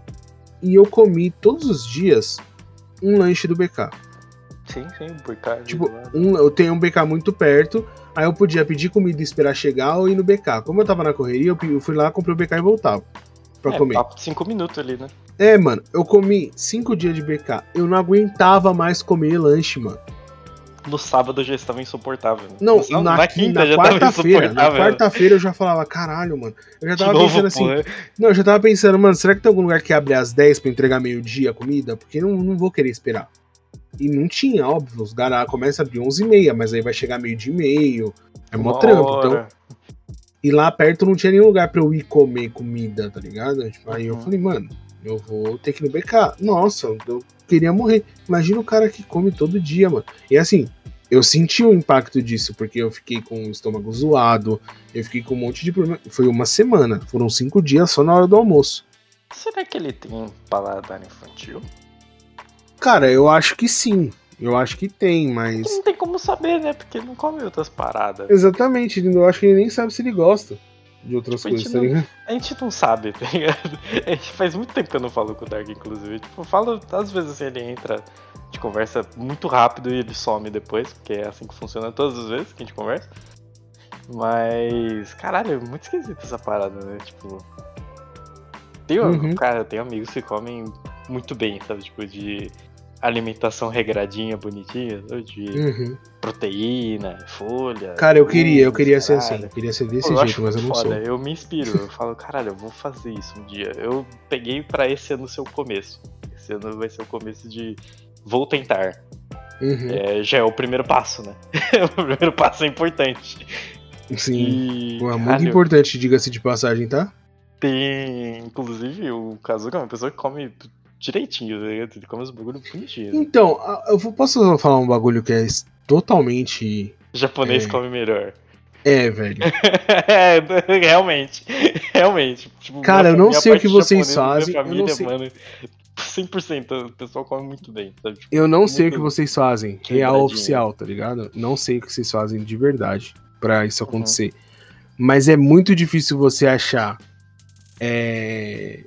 E eu comi todos os dias um lanche do B K. Sim, sim, por causa Tipo, do lado. um, eu tenho um B K muito perto, aí eu podia pedir comida e esperar chegar ou ir no B K. Como eu tava na correria, eu, pe- eu fui lá, comprei o B K e voltava pra É, comer. papo de cinco minutos ali, né? É, mano, eu comi cinco dias de B K. Eu não aguentava mais comer lanche, mano. No sábado eu já estava insuportável. Não, no sábado, na, na quinta, quinta na já tava quarta-feira. Na insuportável. quarta-feira eu já falava, caralho, mano. Eu já De tava novo, pensando assim. porra. Não, eu já tava pensando, mano, será que tem algum lugar que abre às dez pra entregar meio-dia a comida? Porque eu não, não vou querer esperar. E não tinha, óbvio. Os caras começam a abrir onze e meia, mas aí vai chegar meio-dia e meio. É mó Uma trampo. hora. Então, e lá perto não tinha nenhum lugar pra eu ir comer comida, tá ligado? Tipo, aí eu Uhum. falei, mano, eu vou ter que ir no B K. Nossa, eu queria morrer. Imagina o cara que come todo dia, mano. E assim, eu senti o impacto disso, porque eu fiquei com o estômago zoado, eu fiquei com um monte de problema. Foi uma semana, foram cinco dias só na hora do almoço. Será que ele tem um paladar infantil? Cara, eu acho que sim. Eu acho que tem, Que mas. não tem como saber, né? Porque ele não come outras paradas. Exatamente, eu acho que ele nem sabe se ele gosta de outras Tipo, a gente coisas, tá não- ligado? A gente não sabe, tá ligado? A gente faz muito tempo que eu não falo com o Dark, inclusive. Tipo, eu falo, às vezes assim, ele entra de conversa muito rápido e ele some depois, porque é assim que funciona todas as vezes que a gente conversa. Mas, caralho, é muito esquisito essa parada, né? Tipo. Tem, Uhum. Cara, tem amigos que comem muito bem, sabe? Tipo, de alimentação regradinha, bonitinha, sabe? De Uhum. proteína, folha. Cara, eu queria, eu legumes, queria ser caralho. assim, eu queria ser Pô, desse eu jeito, acho mas eu não foda, sou. eu me inspiro, eu falo, caralho, eu vou fazer isso um dia. Eu peguei pra esse ano ser o começo. Esse ano vai ser o começo de vou tentar. Uhum. É, já é o primeiro passo, né? O primeiro passo é importante. Sim. E, Pô, é muito caralho, importante, diga-se de passagem, tá? tem, inclusive, o Kazuka é uma pessoa que come direitinho, tá ligado? Ele come os bagulho bonitinhos. Né? Então, a- eu vou- posso falar um bagulho que é es- totalmente. O japonês É. come melhor. É, velho. É, realmente. Realmente. Tipo, Cara, minha- eu não minha sei o parte que vocês japonesa, fazem, Minha eu família, não sei. mano, cem por cento o pessoal come muito bem, sabe? Tipo, Eu não sei o muito- que vocês fazem, real quebradinho. oficial, tá ligado? Não sei o que vocês fazem de verdade pra isso Uhum. acontecer. Mas é muito difícil você achar. É...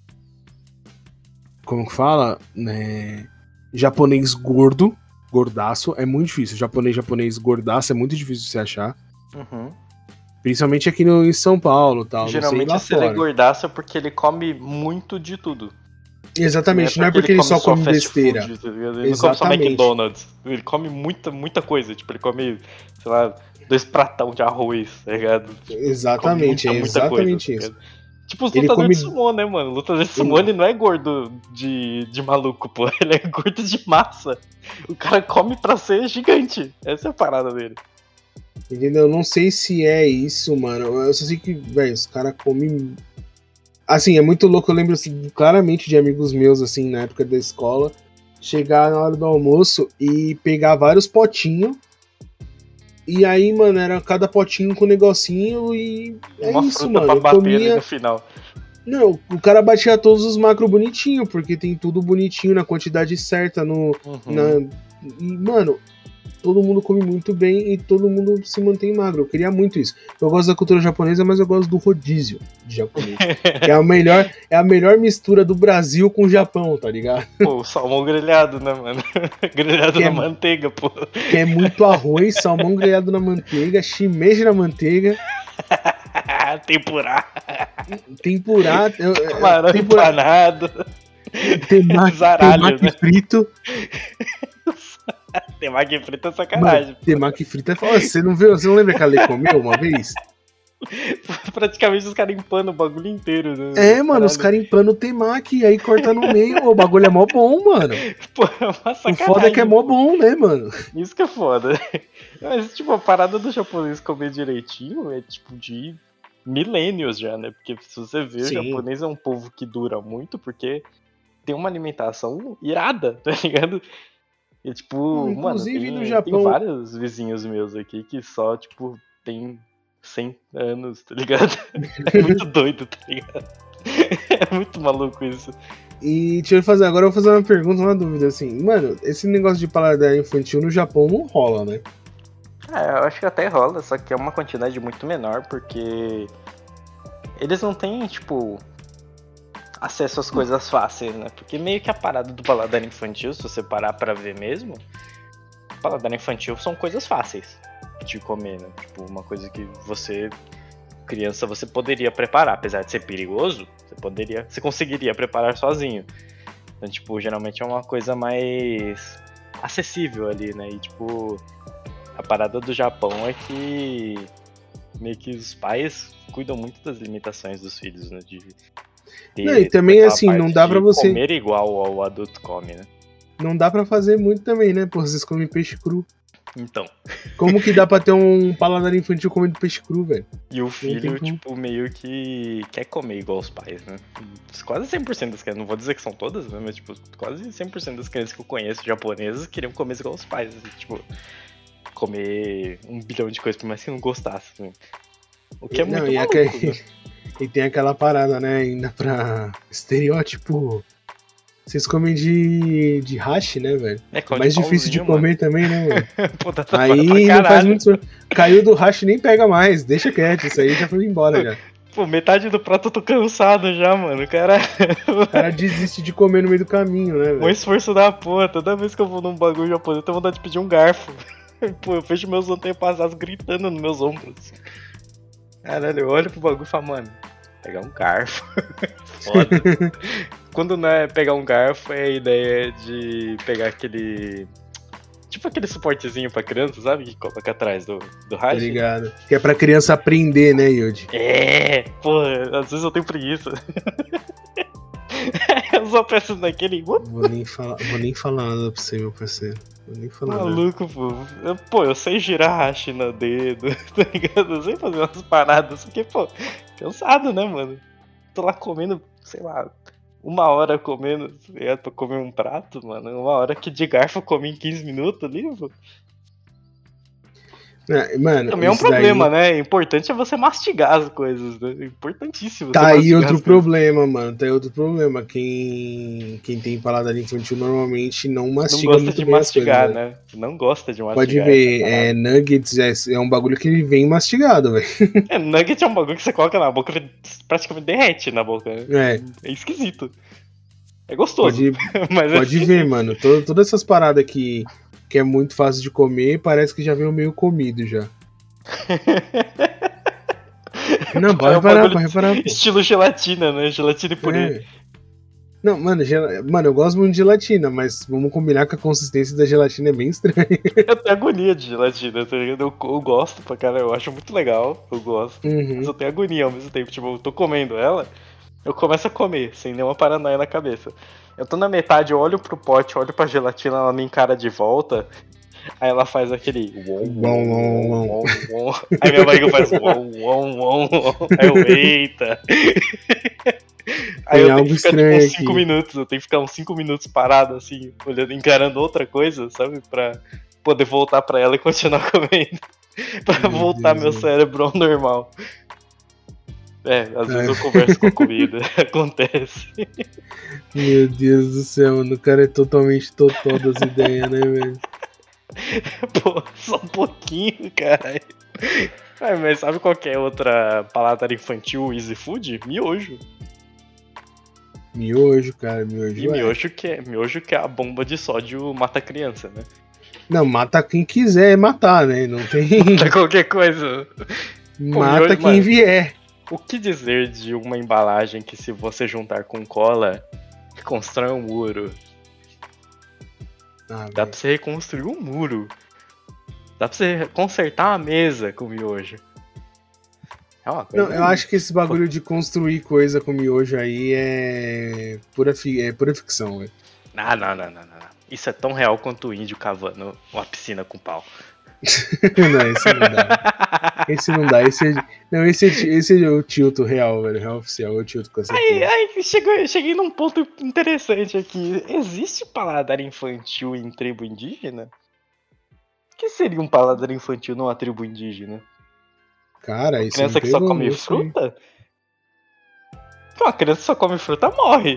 Como que fala? É... Japonês gordo, gordaço, é muito difícil. Japonês, japonês gordaço é muito difícil você achar. Uhum. Principalmente aqui no, em São Paulo, tal. Geralmente não se sei lá ele é fora. gordaço é porque ele come muito de tudo. Exatamente, não é porque ele só come besteira. Food, tá ligado? Ele não come só Exatamente. McDonald's. Ele come muita, muita coisa. Tipo, ele come, sei lá, dois pratão de arroz, tá ligado? Tipo, Exatamente, come é muita, muita coisa, exatamente tá isso. ligado? Tipo, os Ele lutadores come- de sumô, né, mano? Lutador de sumô, ele não é gordo de, de maluco, pô. Ele é gordo de massa. O cara come pra ser gigante. Essa é a parada dele. Entendeu? Eu não sei se é isso, mano. Eu só sei que, velho, os caras comem. Assim, é muito louco. Eu lembro assim, claramente de amigos meus, assim, na época da escola, chegar na hora do almoço e pegar vários potinhos. E aí, mano, era cada potinho com um negocinho e. É Uma isso, fruta mano. pra Eu bater ali comia. no final. Não, o cara batia todos os macros bonitinho, porque tem tudo bonitinho na quantidade certa no. Uhum. Na... E, mano, todo mundo come muito bem e todo mundo se mantém magro. Eu queria muito isso. Eu gosto da cultura japonesa, mas eu gosto do rodízio de japonês. Que é a melhor, é a melhor mistura do Brasil com o Japão, tá ligado? Pô, salmão grelhado, né, mano? Grelhado Que na é- manteiga, pô. Que é muito arroz, salmão grelhado na manteiga, shimeji na manteiga, Tempurá. tempurá, é, é, Camarão tempurá empanado. temaki, Zaralho, temaki né? frito. Temaki frito é sacanagem. Mano, temaki frito é foda. Você não viu? Você não lembra que a Lê comeu uma vez? Praticamente os caras empanam o bagulho inteiro, né? É, mano, os caras empanam o temaki e aí corta no meio. O bagulho é mó bom, mano. Pô, é uma O sacanagem. foda é que é mó bom, né, mano? Isso que é foda. Mas, tipo, a parada do japonês comer direitinho é, tipo, de milênios já, né? Porque se você ver, o Sim. japonês é um povo que dura muito porque tem uma alimentação irada, tá ligado? E, tipo, Hum, mano, inclusive tem, no tem Japão- vários vizinhos meus aqui que só, tipo, tem cem anos, tá ligado? É muito doido, tá ligado? É muito maluco isso. E deixa eu fazer, agora eu vou fazer uma pergunta, uma dúvida, assim. Mano, esse negócio de paladar infantil no Japão não rola, né? É, eu acho que até rola, só que é uma quantidade muito menor, porque eles não têm, tipo, acesso às coisas fáceis, né? Porque meio que a parada do paladar infantil, se você parar pra ver mesmo, paladar infantil são coisas fáceis de comer, né? Tipo, uma coisa que você, criança, você poderia preparar, apesar de ser perigoso, você poderia, você conseguiria preparar sozinho. Então, tipo, geralmente é uma coisa mais acessível ali, né? E, tipo, a parada do Japão é que meio que os pais cuidam muito das limitações dos filhos, né? De ter Não, e também, aquela assim, não parte dá de pra você- comer igual ao adulto come, né? Não dá pra fazer muito também, né? Pô, vocês comem peixe cru. Então, Como que dá pra ter um paladar infantil comendo peixe cru, velho? e o tem filho, como. tipo, meio que quer comer igual os pais, né? Quase cem por cento das crianças, não vou dizer que são todas, né? Mas, tipo, quase cem por cento das crianças que eu conheço japonesas queriam comer igual os pais, assim, tipo, comer um bilhão de coisas, por mais que não gostasse, né? O que é Não, muito e, maluco, aquele- né? e tem aquela parada, né? Ainda pra estereótipo. Vocês comem de, de hash, né, velho? É, come Mais de difícil de pauzinho, comer também, né, mano? mano. Pô, tá pra Aí não caralho. faz muito. sor- Caiu do hash nem pega mais, deixa quieto, isso aí já foi embora já. Pô, metade do prato eu tô cansado já, mano. Cara, O cara desiste de comer no meio do caminho, né, um velho? esforço da porra. Toda vez que eu vou num bagulho japonês, eu tenho vontade de pedir um garfo. Pô, eu vejo meus antepassados gritando nos meus ombros. Caralho, eu olho pro bagulho e falo, mano, pegar um garfo. Foda. Quando não é pegar um garfo, é a ideia de pegar aquele. Tipo aquele suportezinho pra criança, sabe? Que coloca atrás do, do Tá hash. ligado? Que é pra criança aprender, né, Yudi? É, porra, às vezes eu tenho preguiça. Eu só peço naquele. What? Vou nem falar, vou nem falar nada pra você, meu parceiro. Vou nem falar nada. Maluco, pô. Eu, pô, eu sei girar hash no dedo, tá ligado? Eu sei fazer umas paradas, só que, pô, cansado, né, mano? Tô lá comendo, sei lá, uma hora comendo, tá ligado? Pra comer um prato, mano. Uma hora que de garfo eu comi em quinze minutos ali, pô. Ah, mano, Também é um isso daí- problema, né? O importante é você mastigar as coisas, né? É importantíssimo. Tá você aí mastigar outro as coisas. problema, mano. Tá aí outro problema. Quem, quem tem paladar infantil normalmente não Não mastiga gosta muito de bem as mastigar, coisas, velho. né? Não gosta de mastigar. Pode ver, é, nuggets é, é um bagulho que ele vem mastigado, velho. É, nugget é um bagulho que você coloca na boca e praticamente derrete na boca. Né? É, É esquisito. É gostoso. pode, mas é pode ver, mano. Todo- Todas essas paradas que, que é muito fácil de comer, parece que já veio meio comido já. Não, pode É um reparar, bagulho pode reparar, pô. Estilo gelatina, né? Gelatina e purê. É. Não, mano, gela- mano, eu gosto muito de gelatina, mas vamos combinar que a consistência da gelatina é bem estranha. Eu tenho agonia de gelatina, tá ligado? Eu, eu gosto pra cara, eu acho muito legal, eu gosto. Mas Uhum. eu tenho agonia ao mesmo tempo. Tipo, eu tô comendo ela, eu começo a comer, sem nenhuma paranoia na cabeça. Eu tô na metade, eu olho pro pote, olho pra gelatina, ela me encara de volta. Aí ela faz aquele. Uom, Uom, uom, uom. uom, uom. Aí minha barriga faz. Uom, uom, uom, uom. Aí eu, eita. Aí eu tenho algo que ficar tipo, estranho uns aqui. cinco minutos, eu tenho que ficar uns cinco minutos parado, assim, olhando, encarando outra coisa, sabe? Pra poder voltar pra ela e continuar comendo. Pra Meu voltar Deus, meu mano. cérebro ao normal. É, às vezes É. eu converso com a comida, acontece. Meu Deus do céu, mano. O cara é totalmente totó das ideias, né, velho? Pô, só um pouquinho, caralho. Ah, mas sabe qual que é outra paladar infantil easy food? Miojo. Miojo, cara, miojo. E é. miojo que, é, miojo que é a bomba de sódio mata criança, né? Não, mata quem quiser matar, né? Não tem. Mata qualquer coisa. Mata miojo, quem mano. vier. O que dizer de uma embalagem que, se você juntar com cola, constrói um muro? Ah, Dá pra você reconstruir um muro. Dá pra você consertar uma mesa com miojo. É uma coisa. Não, eu acho que esse bagulho de construir coisa com miojo aí é pura, fi... é pura ficção, velho. Não, não, não, não, não. Isso é tão real quanto o índio cavando uma piscina com pau. Não, esse não dá. Esse não dá. Esse é... Não, esse é, esse é o tilto real, velho. Real oficial, é o tilto com essa Aí, porra. aí chegou, cheguei num ponto interessante aqui. Existe paladar infantil em tribo indígena? O que seria um paladar infantil numa tribo indígena? Cara, Uma isso criança me que só pegou, come não sei. fruta? Uma criança que só come fruta morre.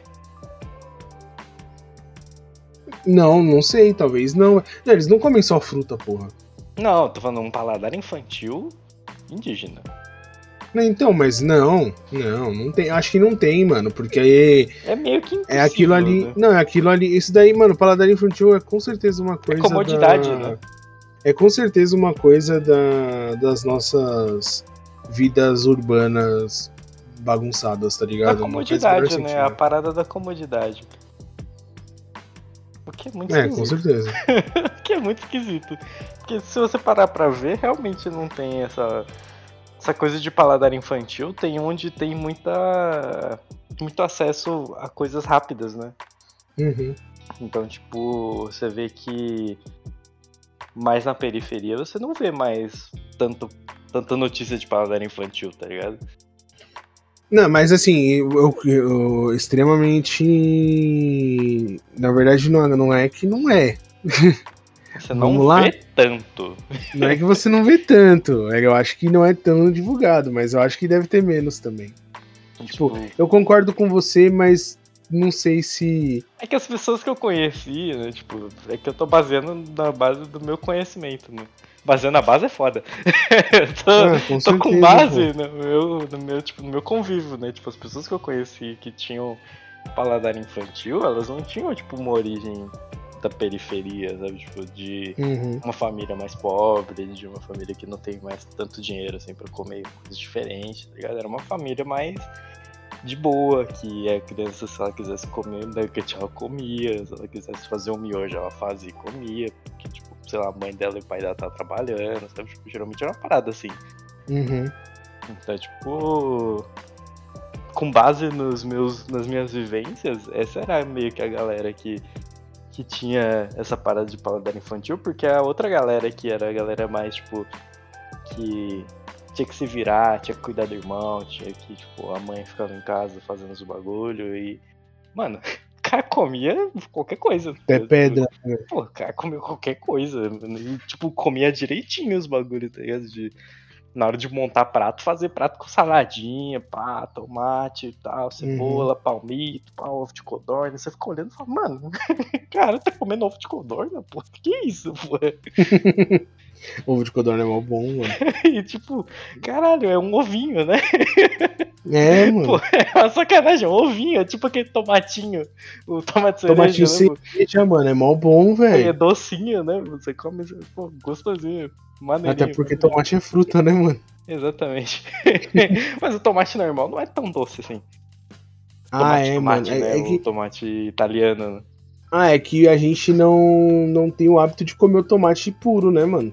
Não, não sei, talvez não. Não, eles não comem só fruta, porra. Não, tô falando um paladar infantil indígena. Não, então, mas não, não, não tem. Acho que não tem, mano, porque aí É meio que impossível, é aquilo ali. né? Não, é aquilo ali. Isso daí, mano, paladar infantil é com certeza uma coisa. comodidade, da... né? É com certeza uma coisa da... das nossas vidas urbanas bagunçadas, tá ligado? Da Uma coisa que faz comodidade, né? A sentido. parada da comodidade. O que é muito É, com esquisito. certeza. O que é muito esquisito. Porque se você parar pra ver, realmente não tem essa, essa coisa de paladar infantil. Tem onde tem muita, muito acesso a coisas rápidas, né? Uhum. Então, tipo, você vê que mais na periferia você não vê mais tanto, tanta notícia de paladar infantil, tá ligado? Não, mas assim, eu, eu- eu- extremamente. Na verdade, não, não é que não é. Você não Vamos lá? vê tanto. Não é que você não vê tanto. é, Eu acho que não é tão divulgado, mas eu acho que deve ter menos também. Tipo, eu concordo com você, mas não sei se. É que as pessoas que eu conheci, né, tipo, é que eu tô baseando na base do meu conhecimento, né? Baseando na base é foda. Eu tô, Ah, com tô com certeza, base no meu, no, meu, tipo, no meu convívio, né? Tipo, as pessoas que eu conheci que tinham paladar infantil, elas não tinham, tipo, uma origem da periferia, sabe? Tipo, de Uhum. uma família mais pobre, de uma família que não tem mais tanto dinheiro, assim, pra comer coisas diferentes, tá ligado? Era uma família mais de boa, que a criança, se ela quisesse comer nugget, ela comia, se ela quisesse fazer um miojo, ela fazia e comia, porque, tipo, sei lá, a mãe dela e o pai dela estavam trabalhando, sabe? Tipo, geralmente era uma parada assim. Uhum. Então, tipo, com base nos meus, nas minhas vivências, essa era meio que a galera que, que tinha essa parada de paladar infantil, porque a outra galera que era a galera mais, tipo, que tinha que se virar, tinha que cuidar do irmão, tinha que, tipo, a mãe ficava em casa fazendo os bagulho e... Mano, o cara comia qualquer coisa. É pedra. né? Pô, o cara comia qualquer coisa. E, tipo, comia direitinho os bagulhos, tá ligado? De, na hora de montar prato, fazer prato com saladinha, pá, tomate e tal, cebola, uhum. palmito, pá, ovo de codorna. Você fica olhando e fala, mano, cara, tá comendo ovo de codorna? Pô, que é isso, pô? Ovo de codorna é mó bom, mano. E tipo, caralho, é um ovinho, né? É, mano. Pô, é uma sacanagem, é um ovinho, é tipo aquele tomatinho. O tomate cereja, Tomatinho né? cereja, mano, é mó bom, velho. É docinho, né? Você come, pô, gostosinho, maneirinho. Até porque tomate é fruta, né, mano? Exatamente. Mas o tomate normal não é tão doce assim. Ah, Tomate, é, tomate, mano. né? É, é que... O tomate italiano. Ah, é que a gente não, não tem o hábito de comer o tomate puro, né, mano?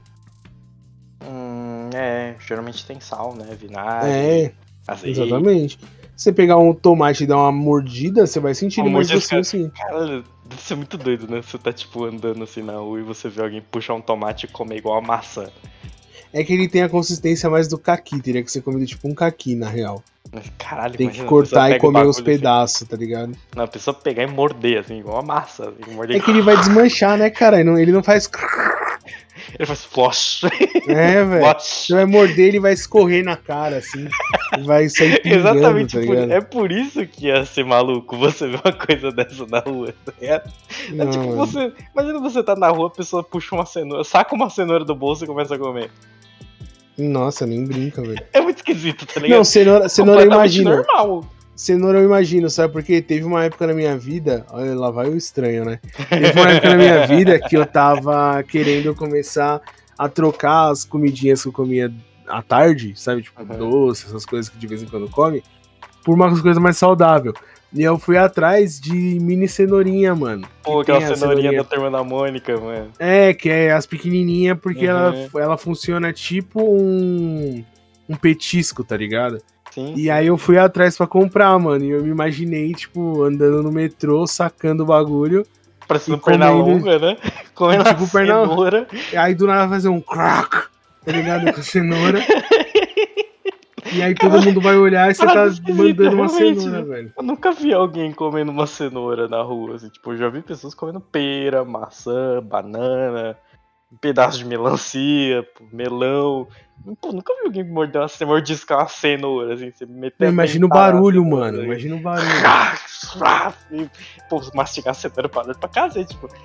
Hum, é, geralmente tem sal, né? Vinagre, É, azeite. Exatamente. Se você pegar um tomate e dar uma mordida, você vai sentir ele mais docinho assim. Cara, deve ser muito doido, né? Você tá, tipo, andando assim na rua e você vê alguém puxar um tomate e comer igual uma maçã. É que ele tem a consistência mais do caqui, teria que ser comido tipo um caqui, na real. Caralho, tem que cortar e comer os pedaços, assim. Tá ligado? Não, a pessoa pegar e morder, assim, igual uma massa. Assim, morder é que ele vai desmanchar, né, cara? Ele não, ele não faz... Ele faz flash. É, velho. Flash. Você vai morder, ele vai escorrer na cara, assim. E vai sair pingando, Exatamente, tá por, ligado? é por isso que ia ser maluco você ver uma coisa dessa na rua, tá ligado? É Não, tipo, mano. você. Imagina você tá na rua, a pessoa puxa uma cenoura, saca uma cenoura do bolso e começa a comer. Nossa, nem brinca, velho. É muito esquisito, tá ligado? Não, cenoura, cenoura eu Completamente imagino. normal. Cenoura eu imagino, sabe? Porque teve uma época na minha vida. Olha, lá vai o estranho, né? Teve uma época na minha vida que eu tava querendo começar a trocar as comidinhas que eu comia à tarde, sabe? Tipo, Uhum. doce, essas coisas que de vez em quando come, por uma coisa mais saudável. E eu fui atrás de mini cenourinha, mano. Pô, Que tem aquela a cenourinha da Turma da Mônica, mano. É, que é as pequenininhas, porque Uhum. ela, ela funciona tipo um, um petisco, tá ligado? Sim. E aí eu fui atrás pra comprar, mano. E eu me imaginei, tipo, andando no metrô, sacando o bagulho. Parecendo e perna comendo- longa, né? Comendo tipo a perna- cenoura. E aí do nada fazer um crack, tá ligado? Com cenoura. E aí todo mundo vai olhar e você tá Parada esquisita, mandando uma realmente, cenoura, né? velho. Eu nunca vi alguém comendo uma cenoura na rua, assim, tipo, eu já vi pessoas comendo pera, maçã, banana, um pedaço de melancia, pô, melão. Pô, nunca vi alguém morder uma, você mordiscar uma cenoura, assim, você meter Não, a imagina o dentada na barulho, cenoura, mano. assim. Imagina o barulho. E, pô, mastigar a cenoura para pra cacete, tipo.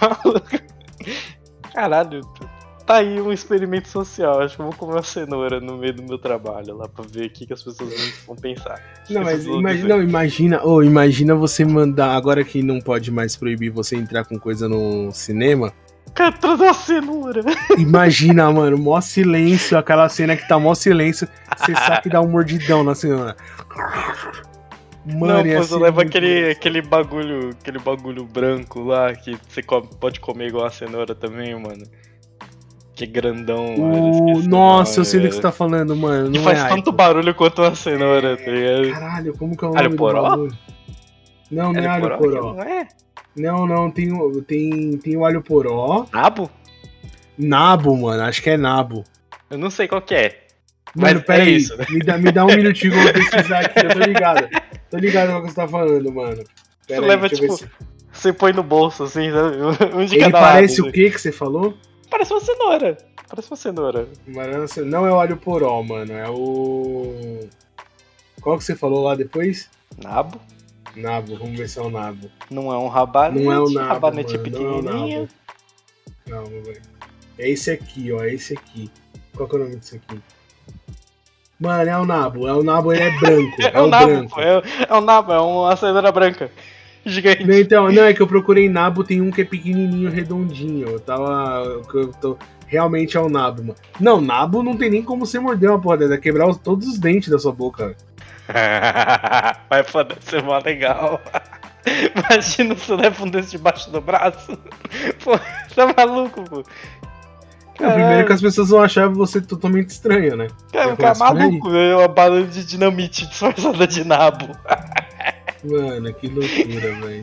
Caralho, tá aí um experimento social. Acho que eu vou comer uma cenoura no meio do meu trabalho lá pra ver o que, que as pessoas vão, vão pensar. Não, As mas pessoas vão imagina, dizer. não, imagina, oh, imagina você mandar, agora que não pode mais proibir você entrar com coisa no cinema, Cara, traz uma cenoura. imagina, mano, mó silêncio, aquela cena que tá mó silêncio, você saca e dá um mordidão na cenoura. Mano, Não, ia pô, ser você leva muito aquele, engraçado. aquele bagulho, aquele bagulho branco lá que você come- pode comer igual a cenoura também, mano. Que é grandão, eu O... esqueci o Nossa, eu nome, sei do que você velho. tá falando, mano, Que não faz é tanto Aipo. barulho quanto uma cenoura, tá ligado? Caralho, como que é o Alho nome do poró? bagulho? Não, não é alho Alho poró. Não é? Não, não, tem, o- tem, tem o alho poró. Nabo? Nabo, mano, acho que é nabo. Eu não sei qual que é. Mano, Mas pera é aí, isso, né? me, dá, me dá um minutinho que eu vou pesquisar aqui, eu tô ligado. Tô ligado com o que você tá falando, mano. Você Pera aí, leva, deixa eu ver tipo, se... Você põe no bolso, assim, sabe? Um de Ele cada parece lado. o que que você falou? Parece uma cenoura. Parece uma cenoura. Marança- Não é o alho poró, mano, é o... Qual que você falou lá depois? Nabo. Nabo, vamos ver se é o nabo. Não é um rabanete. Não é o nabo, Rabanete mano, não é o pequenininho. nabo. Não, velho. É esse aqui, ó, é esse aqui. Qual que é o nome disso aqui? Mano, é o nabo, é o nabo, ele é branco, é, É, o o nabo, branco. pô. É, é o nabo, é uma cenoura branca. Gigante. Não, então, não, é que eu procurei nabo, tem um que é pequenininho, redondinho. Eu tava. Eu tô, realmente é o nabo, mano. Não, nabo não tem nem como você morder uma porra dessa, quebrar os- todos os dentes da sua boca. Vai poder ser mó legal. Imagina você leva um desse debaixo do braço. Pô, tá maluco, pô. É, primeiro que as pessoas vão achar você totalmente estranho, né? Cara, Já o cara é começa por aí. maluco, é uma bala de dinamite disfarçada de nabo. Mano, que loucura, velho.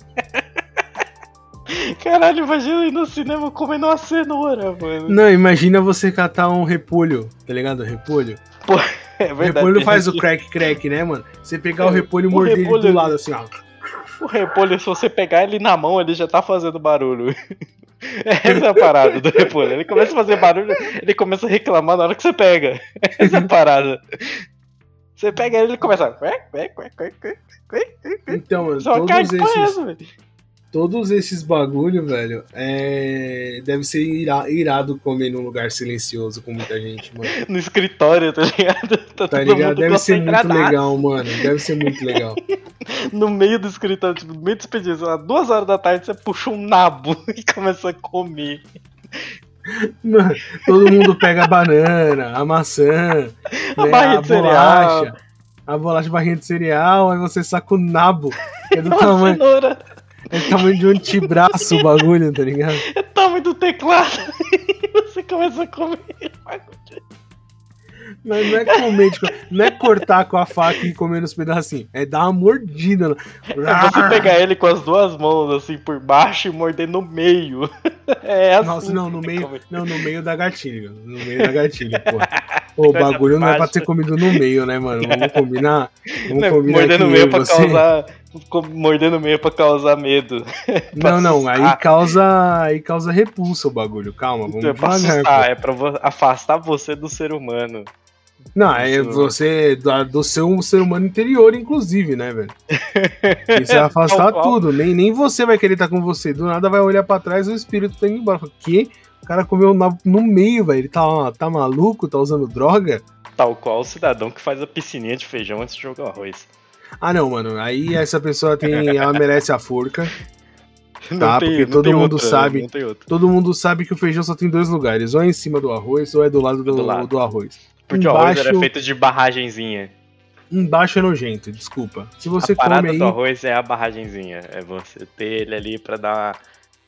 Caralho, imagina ir no cinema comendo uma cenoura, mano. Não, imagina você catar um repolho, tá ligado? Repolho. É O verdade. repolho tem faz o gente- crack crack, né, mano? Você pegar o É, repolho e o morder ele repolho do ali- lado, assim, ó. O repolho, se você pegar ele na mão, ele já tá fazendo barulho. Essa é a parada do repolho. Ele começa a fazer barulho, ele começa a reclamar na hora que você pega. Essa é a parada. Você pega ele e ele começa. a- Então, mano, Só cai todos de porra esses, essa, velho. todos esses bagulho, velho, é... deve ser ira- irado comer num lugar silencioso com muita gente, mano. No escritório, tá ligado? Tá, Tá todo ligado? mundo Deve ser muito concentradaço. legal, mano. Deve ser muito legal. No meio do escritório, tipo, no meio do expediente, sei lá, duas horas da tarde, você puxa um nabo e começa a comer. Mano, todo mundo pega a banana, a maçã, A né, barrinha a de cereal. bolacha, a bolacha barrinha de cereal, aí você saca o nabo. É do Uma tamanho, cenoura. é do tamanho de um antebraço o bagulho, tá ligado? É o tamanho do teclado. E você começa a comer. Mas não é comer, tipo, não é cortar com a faca e comer nos pedacinhos, é dar uma mordida. né? É você pegar ele com as duas mãos, assim, por baixo e morder no meio. É assim. Nossa, não, no que meio, come. não, no meio da gatilha, no meio da gatilha, pô. O bagulho não é pra ter comido no meio, né, mano? Vamos combinar. Vamos Não, combinar mordendo no que meio pra você... causar. Mordendo no meio pra causar medo. Pra Não, não, assustar. aí causa, aí causa repulsa o bagulho. Calma, vamos É pra devagar, assustar, pô. é pra vo- afastar você do ser humano. Não, é Isso. você do, do seu ser humano interior, inclusive, né, velho? Isso é Tal afastar qual. tudo. Nem, nem você vai querer estar com você. Do nada vai olhar pra trás e o espírito tá indo embora. Fala, que? O cara comeu na- no meio, velho. Ele tá, tá maluco? Tá usando droga? Tal qual o cidadão que faz a piscininha de feijão antes de jogar arroz. Ah, não, mano. Aí essa pessoa tem. Ela merece a forca. Não Tá, tem, porque não todo tem mundo outra, sabe. Não tem outra. Todo mundo sabe que o feijão só tem dois lugares. Ou é em cima do arroz, ou é do lado do, Do lado. do arroz. Porque o arroz Embaixo, era feito de barragenzinha. embaixo é nojento, desculpa. Se você A parada come aí. do arroz é a barragenzinha. É você ter ele ali pra dar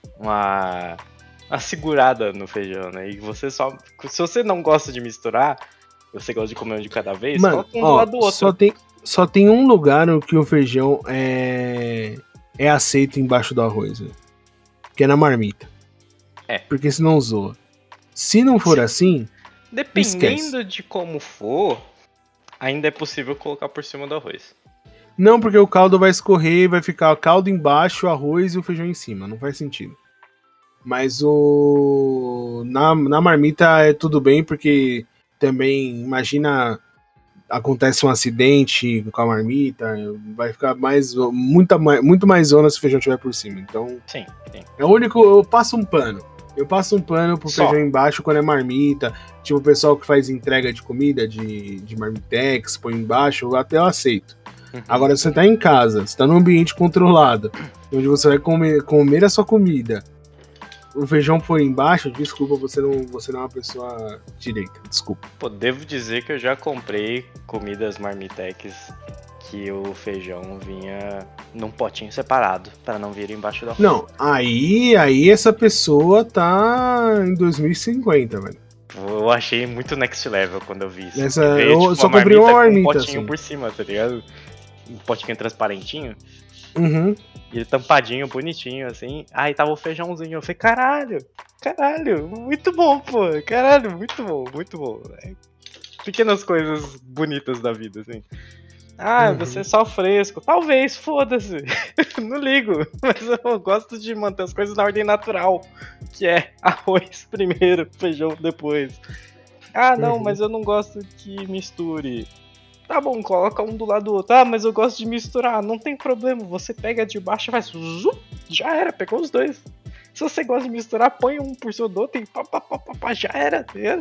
uma, uma segurada no feijão, né? E você só. Se você não gosta de misturar, você gosta de comer um de cada vez, Mano, coloca um do ó, lado do outro. só tem, só tem um lugar no que o feijão é, é aceito embaixo do arroz, velho. Que é na marmita. É. Porque senão zoa. Se não for assim, Dependendo esquece. de como for, ainda é possível colocar por cima do arroz. não, porque o caldo vai escorrer e vai ficar o caldo embaixo, o arroz e o feijão em cima. Não faz sentido. Mas o. Na, na marmita é tudo bem, porque também, imagina, acontece um acidente com a marmita, vai ficar mais, muita, mais- muito mais zona se o feijão estiver por cima. Então, Sim, sim. é o único. Eu passo um pano. Eu passo um pano pro Só. feijão embaixo quando é marmita. Tipo, o pessoal que faz entrega de comida, de, de marmitex, põe embaixo, eu até eu aceito. Uhum. Agora, você tá em casa, você tá num ambiente controlado, onde você vai comer, comer a sua comida. O feijão for embaixo, desculpa, você não, você não é uma pessoa direita, desculpa. Pô, devo dizer que eu já comprei comidas marmitex que o feijão vinha num potinho separado, para não vir embaixo do arroz. Não, aí, aí essa pessoa tá em dois mil e cinquenta, velho. Eu achei muito next level quando eu vi isso. Essa- E veio, eu só uma comprei uma marmita com marmita, um potinho assim. por cima, tá ligado? Um potinho transparentinho. Uhum. E ele tampadinho, bonitinho, assim. Aí tava o feijãozinho. Eu falei, caralho, caralho, muito bom, pô. Caralho, muito bom, muito bom. É, pequenas coisas bonitas da vida, assim. Ah, Uhum. você é só fresco. Talvez, foda-se. Não ligo. Mas eu gosto de manter as coisas na ordem natural. Que é arroz primeiro, feijão depois. Ah, não, Uhum. mas eu não gosto que misture. Tá bom, coloca um do lado do outro. Ah, mas eu gosto de misturar. Não tem problema. Você pega de baixo e faz. Zum, já era, pegou os dois. Se você gosta de misturar, põe um por cima do outro e pá, pá, pá, pá, pá, já era, tá ligado?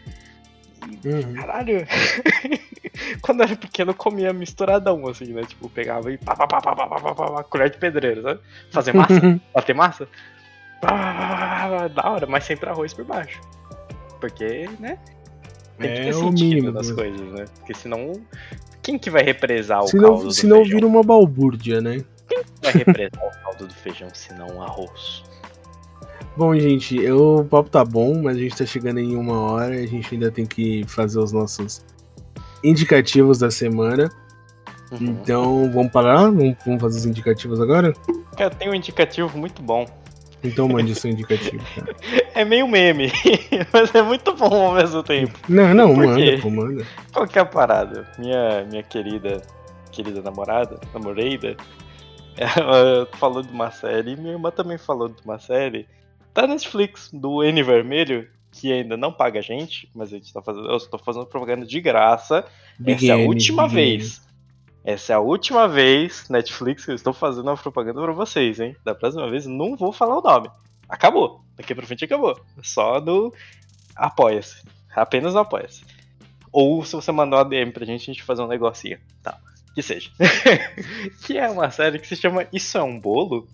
Uhum. Caralho. Quando eu era pequeno, eu comia misturadão, assim, né? Tipo, pegava e pá, pá, pá, pá, pá, pá, pá, pá, pá, colher de pedreiro, sabe? Fazer massa, bater massa. Pá, pá, pá, pá, pá, da hora, mas sempre arroz por baixo. Porque, né? Tem que É ter o sentido mínimo, nas né? coisas, né? Porque senão, quem que vai represar o Se caldo não, do se não feijão? vira uma balbúrdia, né? Vai represar o caldo do feijão se não o arroz? Bom, gente, eu- o papo tá bom, mas a gente tá chegando em uma hora e a gente ainda tem que fazer os nossos indicativos da semana. Uhum. Então, vamos parar? Vamos, vamos fazer os indicativos agora? Cara, tem um indicativo muito bom. Então, mande seu indicativo, cara. É meio meme, mas é muito bom ao mesmo tempo. Não, não, Por manda, quê? pô, manda. Qual que é a parada? Minha, minha querida, querida namorada, namoreida, ela falou de uma série, e minha irmã também falou de uma série da Netflix, do N Vermelho, que ainda não paga a gente, mas a gente tá fazendo, eu estou fazendo propaganda de graça. Big Essa é a N, última Big vez. Essa é a última vez, Netflix, que eu estou fazendo uma propaganda pra vocês, hein? Da próxima vez não vou falar o nome. Acabou. Daqui pra frente acabou. Só no Apoia-se. Apenas no Apoia-se. Ou se você mandar uma D M pra gente, a gente fazer um negocinho. Tá. Que seja. Que é uma série que se chama Isso é um Bolo?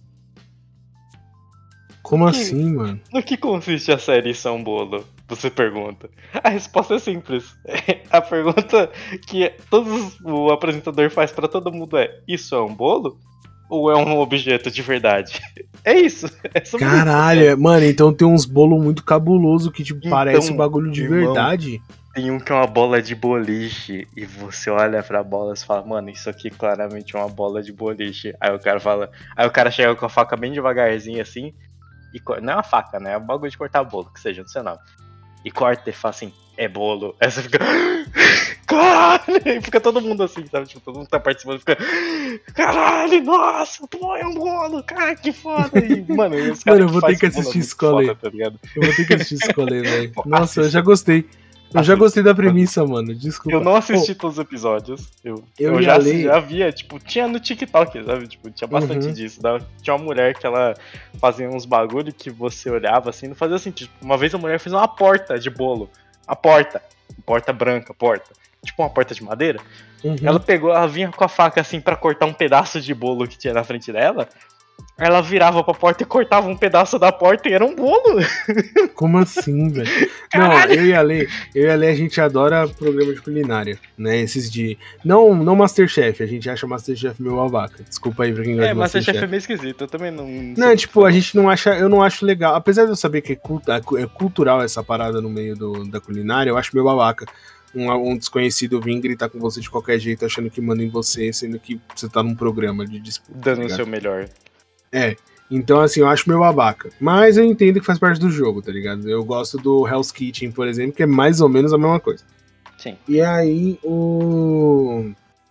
Como Que- assim, mano? No que consiste a série Isso é um Bolo? Você pergunta. A resposta é simples. A pergunta que todos o apresentador faz pra todo mundo é: Isso é um bolo? Ou é um objeto de verdade? É isso. É sobre isso. Caralho, é- mano, então tem uns bolos muito cabuloso que, tipo, Então, parece um bagulho de irmão, verdade. Tem um que é uma bola de boliche e você olha pra bola e fala, mano, isso aqui claramente é uma bola de boliche. Aí o cara fala, aí o cara chega com a faca bem devagarzinho assim, e co- não é uma faca, né? É um bagulho de cortar bolo, que seja, não sei o nome. e corta e fala assim, é bolo. Aí você fica, caralho, e fica todo mundo assim, sabe? Tipo, todo mundo tá participando, fica, caralho, nossa, pô, é um bolo, cara, que foda. E, mano, e os Mano, eu que vou ter faz que bolo é assistir muito escola aí. foda, tá ligado? Eu vou ter que assistir escola aí, velho. Pô, Nossa, eu assiste. já gostei. Eu já Assiste. gostei da premissa, mano. Desculpa. Eu não assisti Pô, todos os episódios. Eu, eu eu e já, a assi- Lei- já via, tipo, tinha no TikTok, sabe? Tipo, tinha bastante Uhum. disso. da- Tinha uma mulher que ela fazia uns bagulho que você olhava assim, não fazia sentido. Tipo, uma vez a mulher fez uma porta de bolo. A porta. Porta branca, porta. Tipo uma porta de madeira. Uhum. Ela pegou, ela vinha com a faca assim pra cortar um pedaço de bolo que tinha na frente dela. Ela virava pra porta e cortava um pedaço da porta e era um bolo. Como assim, velho? Não, Caralho. eu e a Lei, eu e a Lei, a gente adora programa de culinária, né? Esses de. Não, não Masterchef, a gente acha Masterchef meio babaca. Desculpa aí pra quem gosta É, de mas Masterchef. Masterchef é meio esquisito. Eu também não. Não, sou tipo, muito a fã, gente não acha, eu não acho legal. Apesar de eu saber que é, cultu- é cultural essa parada no meio do, da culinária, eu acho meio babaca. Um, um desconhecido vir gritar com você de qualquer jeito, achando que manda em você, sendo que você tá num programa de disputa. dando tá o ligado? seu melhor. É. Então, assim, eu acho meio babaca. Mas eu entendo que faz parte do jogo, tá ligado? Eu gosto do Hell's Kitchen, por exemplo, que é mais ou menos a mesma coisa. Sim. E aí, o.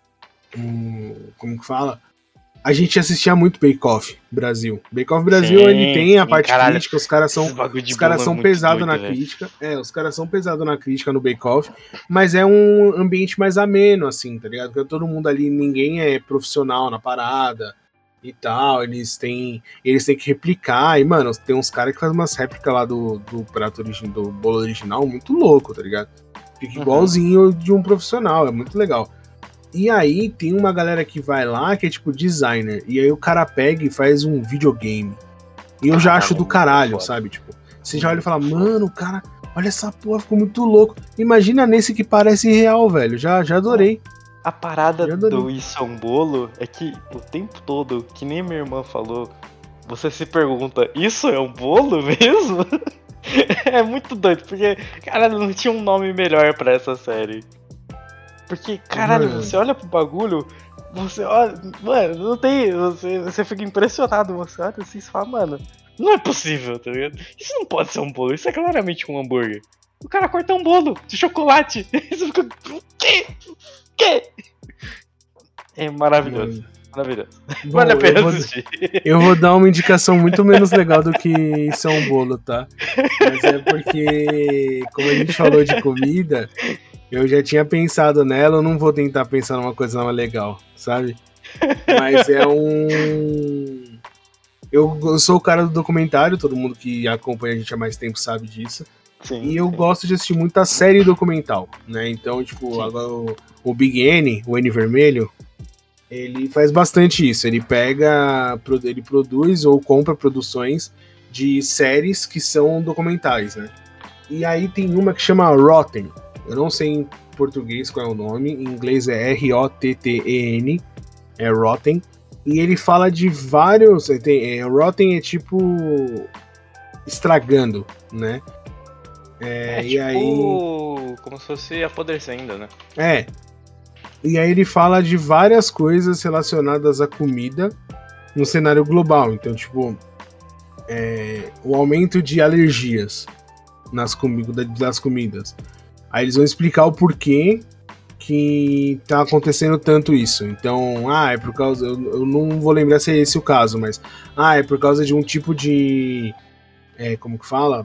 o como que fala? A gente assistia muito Bake Off Brasil. Bake Off Brasil, Sim, ele tem a sim, parte caralho. crítica, os caras são. Esses bagulho de Os caras bolo é são muito pesados doido, na velho. crítica. É, os caras são pesados na crítica no Bake Off, mas é um ambiente mais ameno, assim, tá ligado? Porque todo mundo ali, ninguém é profissional na parada e tal. Eles têm. Eles têm que replicar. E, mano, tem uns caras que fazem umas réplicas lá do, do prato original, do bolo original, muito louco, tá ligado? Fica Uhum. igualzinho de um profissional, é muito legal. E aí tem uma galera que vai lá que é tipo designer. E aí o cara pega e faz um videogame. E eu já Caralho, acho do muito caralho, foda. sabe? Tipo, você já olha e fala, mano, cara, olha essa porra, ficou muito louco. Imagina nesse que parece real, velho. Já, já adorei. A parada Já adorei. do Isso é um Bolo é que o tempo todo, que nem minha irmã falou, você se pergunta, isso é um bolo mesmo? É muito doido, porque, caralho, não tinha um nome melhor pra essa série. Porque, caralho, Mano. você olha pro bagulho, você olha, mano, não tem, você, você fica impressionado, você olha assim e fala, mano, não é possível, tá ligado? Isso não pode ser um bolo, isso é claramente um hambúrguer. O cara corta um bolo de chocolate, e você fica, o quê? O quê? É maravilhoso, Mano. maravilhoso. Bom, Vale a pena eu, vou, assistir. eu vou dar uma indicação muito menos legal do que isso é um bolo, tá? Mas é porque, como a gente falou de comida, eu já tinha pensado nela, eu não vou tentar pensar numa coisa mais legal, sabe? Mas é um. Eu, eu sou o cara do documentário, todo mundo que acompanha a gente há mais tempo sabe disso. Sim, E eu sim. gosto de assistir muita série documental, né? Então, tipo, Sim. agora o, o Big N, o N Vermelho, ele faz bastante isso. Ele pega, pro- ele produz ou compra produções de séries que são documentais, né? E aí tem uma que chama Rotten. Eu não sei em português qual é o nome, em inglês é R O T T E N, é Rotten. E ele fala de vários. Tem, é, Rotten é tipo estragando, né? É, É, e tipo, aí. como se fosse apodrecendo, né? É. E aí ele fala de várias coisas relacionadas à comida no cenário global. Então, tipo, é, o aumento de alergias nas comi das comidas. Aí eles vão explicar o porquê que tá acontecendo tanto isso. Então, ah, é por causa. Eu, eu não vou lembrar se é esse o caso, mas. Ah, é por causa de um tipo de. É, como que fala?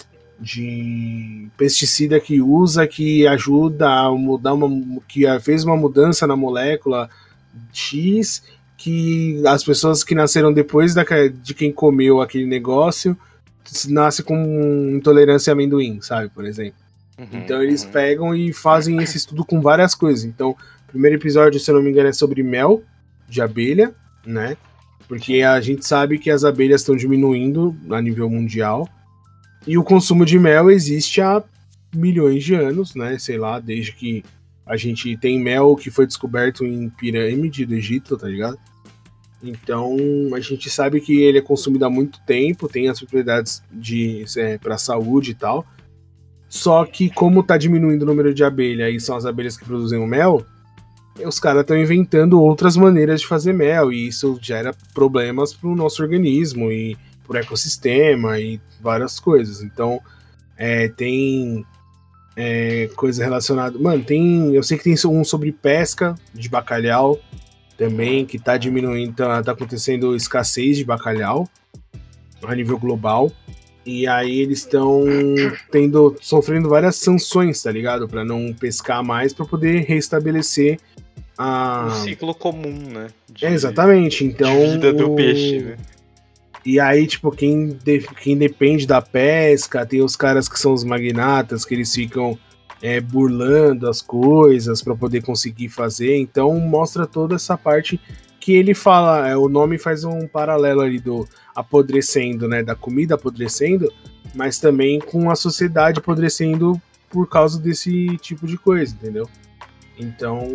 De pesticida que usa que ajuda a mudar uma. Que fez uma mudança na molécula X que as pessoas que nasceram depois da, de quem comeu aquele negócio nasce com intolerância a amendoim, sabe, por exemplo. Uhum, Então eles uhum. pegam e fazem esse estudo com várias coisas. Então, o primeiro episódio, se eu não me engano, é sobre mel de abelha, né? Porque a gente sabe que as abelhas estão diminuindo a nível mundial. E o consumo de mel existe há milhões de anos, né? Sei lá, desde que a gente tem mel que foi descoberto em pirâmide do Egito, tá ligado? Então, a gente sabe que ele é consumido há muito tempo, tem as propriedades de, é, para a saúde e tal. Só que como tá diminuindo o número de abelha e são as abelhas que produzem o mel, os caras estão inventando outras maneiras de fazer mel e isso gera problemas pro nosso organismo e pro ecossistema e várias coisas. Então, É, tem é, coisa relacionada. Mano, tem. Eu sei que tem um sobre pesca de bacalhau também, que tá diminuindo, tá, tá acontecendo escassez de bacalhau a nível global. E aí eles estão tendo, sofrendo várias sanções, tá ligado? Pra não pescar mais, pra poder restabelecer a... Um ciclo comum, né? De, é, exatamente, então... de vida do o... peixe, né? E aí, tipo, quem, de... quem depende da pesca, tem os caras que são os magnatas, que eles ficam é, burlando as coisas pra poder conseguir fazer. Então mostra toda essa parte que ele fala, é, o nome faz um paralelo ali do apodrecendo, né, da comida apodrecendo, mas também com a sociedade apodrecendo por causa desse tipo de coisa, entendeu? Então,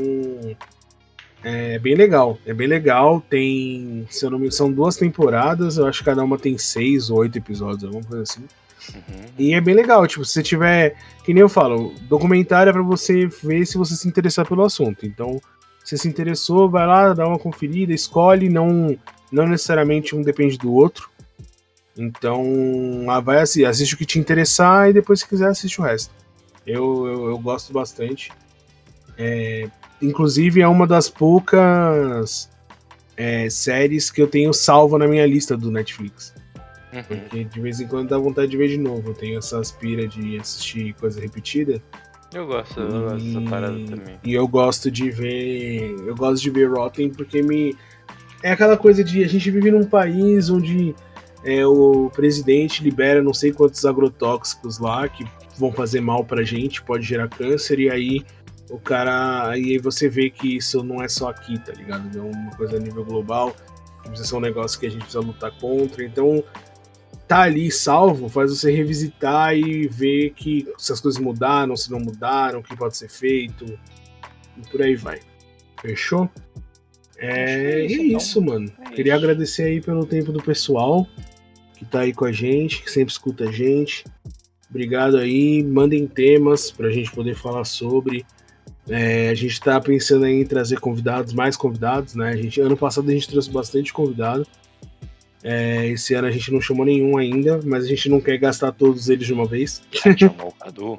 é bem legal, é bem legal, tem, se eu não me engano, são duas temporadas, eu acho que cada uma tem seis ou oito episódios, alguma coisa assim. Uhum. E é bem legal, tipo, se você tiver, que nem eu falo, documentário é pra você ver se você se interessar pelo assunto, então... Se se interessou, vai lá, dá uma conferida, escolhe, não, não necessariamente um depende do outro. Então, ah, vai assim, assiste o que te interessar e depois, se quiser, assiste o resto. Eu, eu, eu gosto bastante. É, inclusive, é uma das poucas é, séries que eu tenho salva na minha lista do Netflix. Uhum. Porque de vez em quando dá vontade de ver de novo. Eu tenho essa aspira de assistir coisa repetida. Eu gosto, eu gosto dessa parada também. E eu gosto de ver. Eu gosto de ver Rotten porque me. É aquela coisa de a gente vive num país onde é, o presidente libera não sei quantos agrotóxicos lá que vão fazer mal pra gente, pode gerar câncer, e aí o cara. Aí você vê que isso não é só aqui, tá ligado? É uma coisa a nível global, que precisa ser um negócio que a gente precisa lutar contra. Então. Tá ali salvo, faz você revisitar e ver que se as coisas mudaram, se não mudaram, o que pode ser feito, e por aí vai. Fechou? É, é isso, é isso então. Mano. É Queria isso. agradecer aí pelo tempo do pessoal que tá aí com a gente, que sempre escuta a gente. Obrigado aí, mandem temas pra gente poder falar sobre. É, a gente tá pensando aí em trazer convidados, mais convidados, né? A gente, ano passado a gente trouxe bastante convidado. É, esse ano a gente não chamou nenhum ainda, mas a gente não quer gastar todos eles de uma vez. Chamou o Cadu.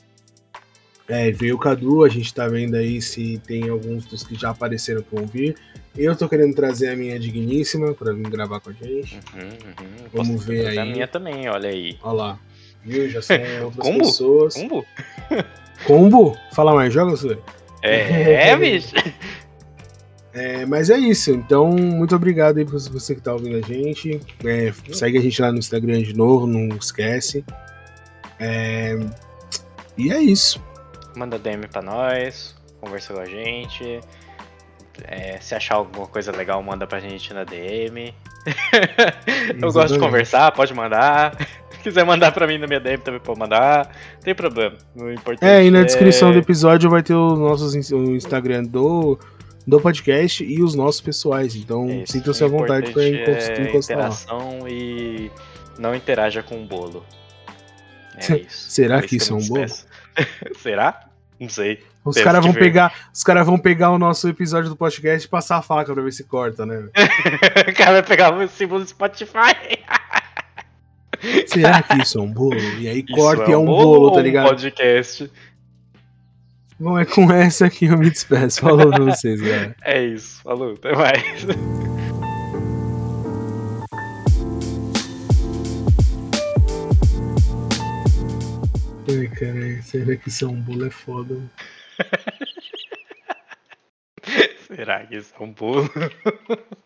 É, veio o Cadu, a gente tá vendo aí se tem alguns dos que já apareceram que vão vir. Eu tô querendo trazer a minha digníssima pra vir gravar com a gente. Uhum, uhum. Vamos Posso ver aí. A minha também, olha aí. Olha lá. Viu? Já são outras Combo? pessoas. Combo? Combo? Fala mais, joga você. É, é bicho. É, mas é isso, então muito obrigado aí por você que tá ouvindo a gente. É, segue a gente lá no Instagram de novo, não esquece. É, e é isso. Manda D M pra nós, conversa com a gente. É, se achar alguma coisa legal, manda pra gente na D M. Eu gosto de conversar, pode mandar. Se quiser mandar pra mim na minha D M também pode mandar. Não tem problema. O importante é, e na é... descrição do episódio vai ter os nossos, o Instagram do. do podcast e os nossos pessoais, então sinta-se à vontade para encostar, encostar lá. Interação e não interaja com o bolo. É isso. Será é que isso é um bolo? Será? Não sei. Os caras vão ver. pegar, os caras vão pegar o nosso episódio do podcast e passar a faca pra ver se corta, né? O cara vai pegar o símbolo do Spotify. Será que isso é um bolo? E aí isso corta é um e é um bolo, bolo tá ligado? Um podcast. Bom, é com essa que eu me despeço. Falou pra vocês, galera. É isso. Falou. Até mais. Ai, caralho. Será que isso é um bolo? É foda. Será que isso é um bolo?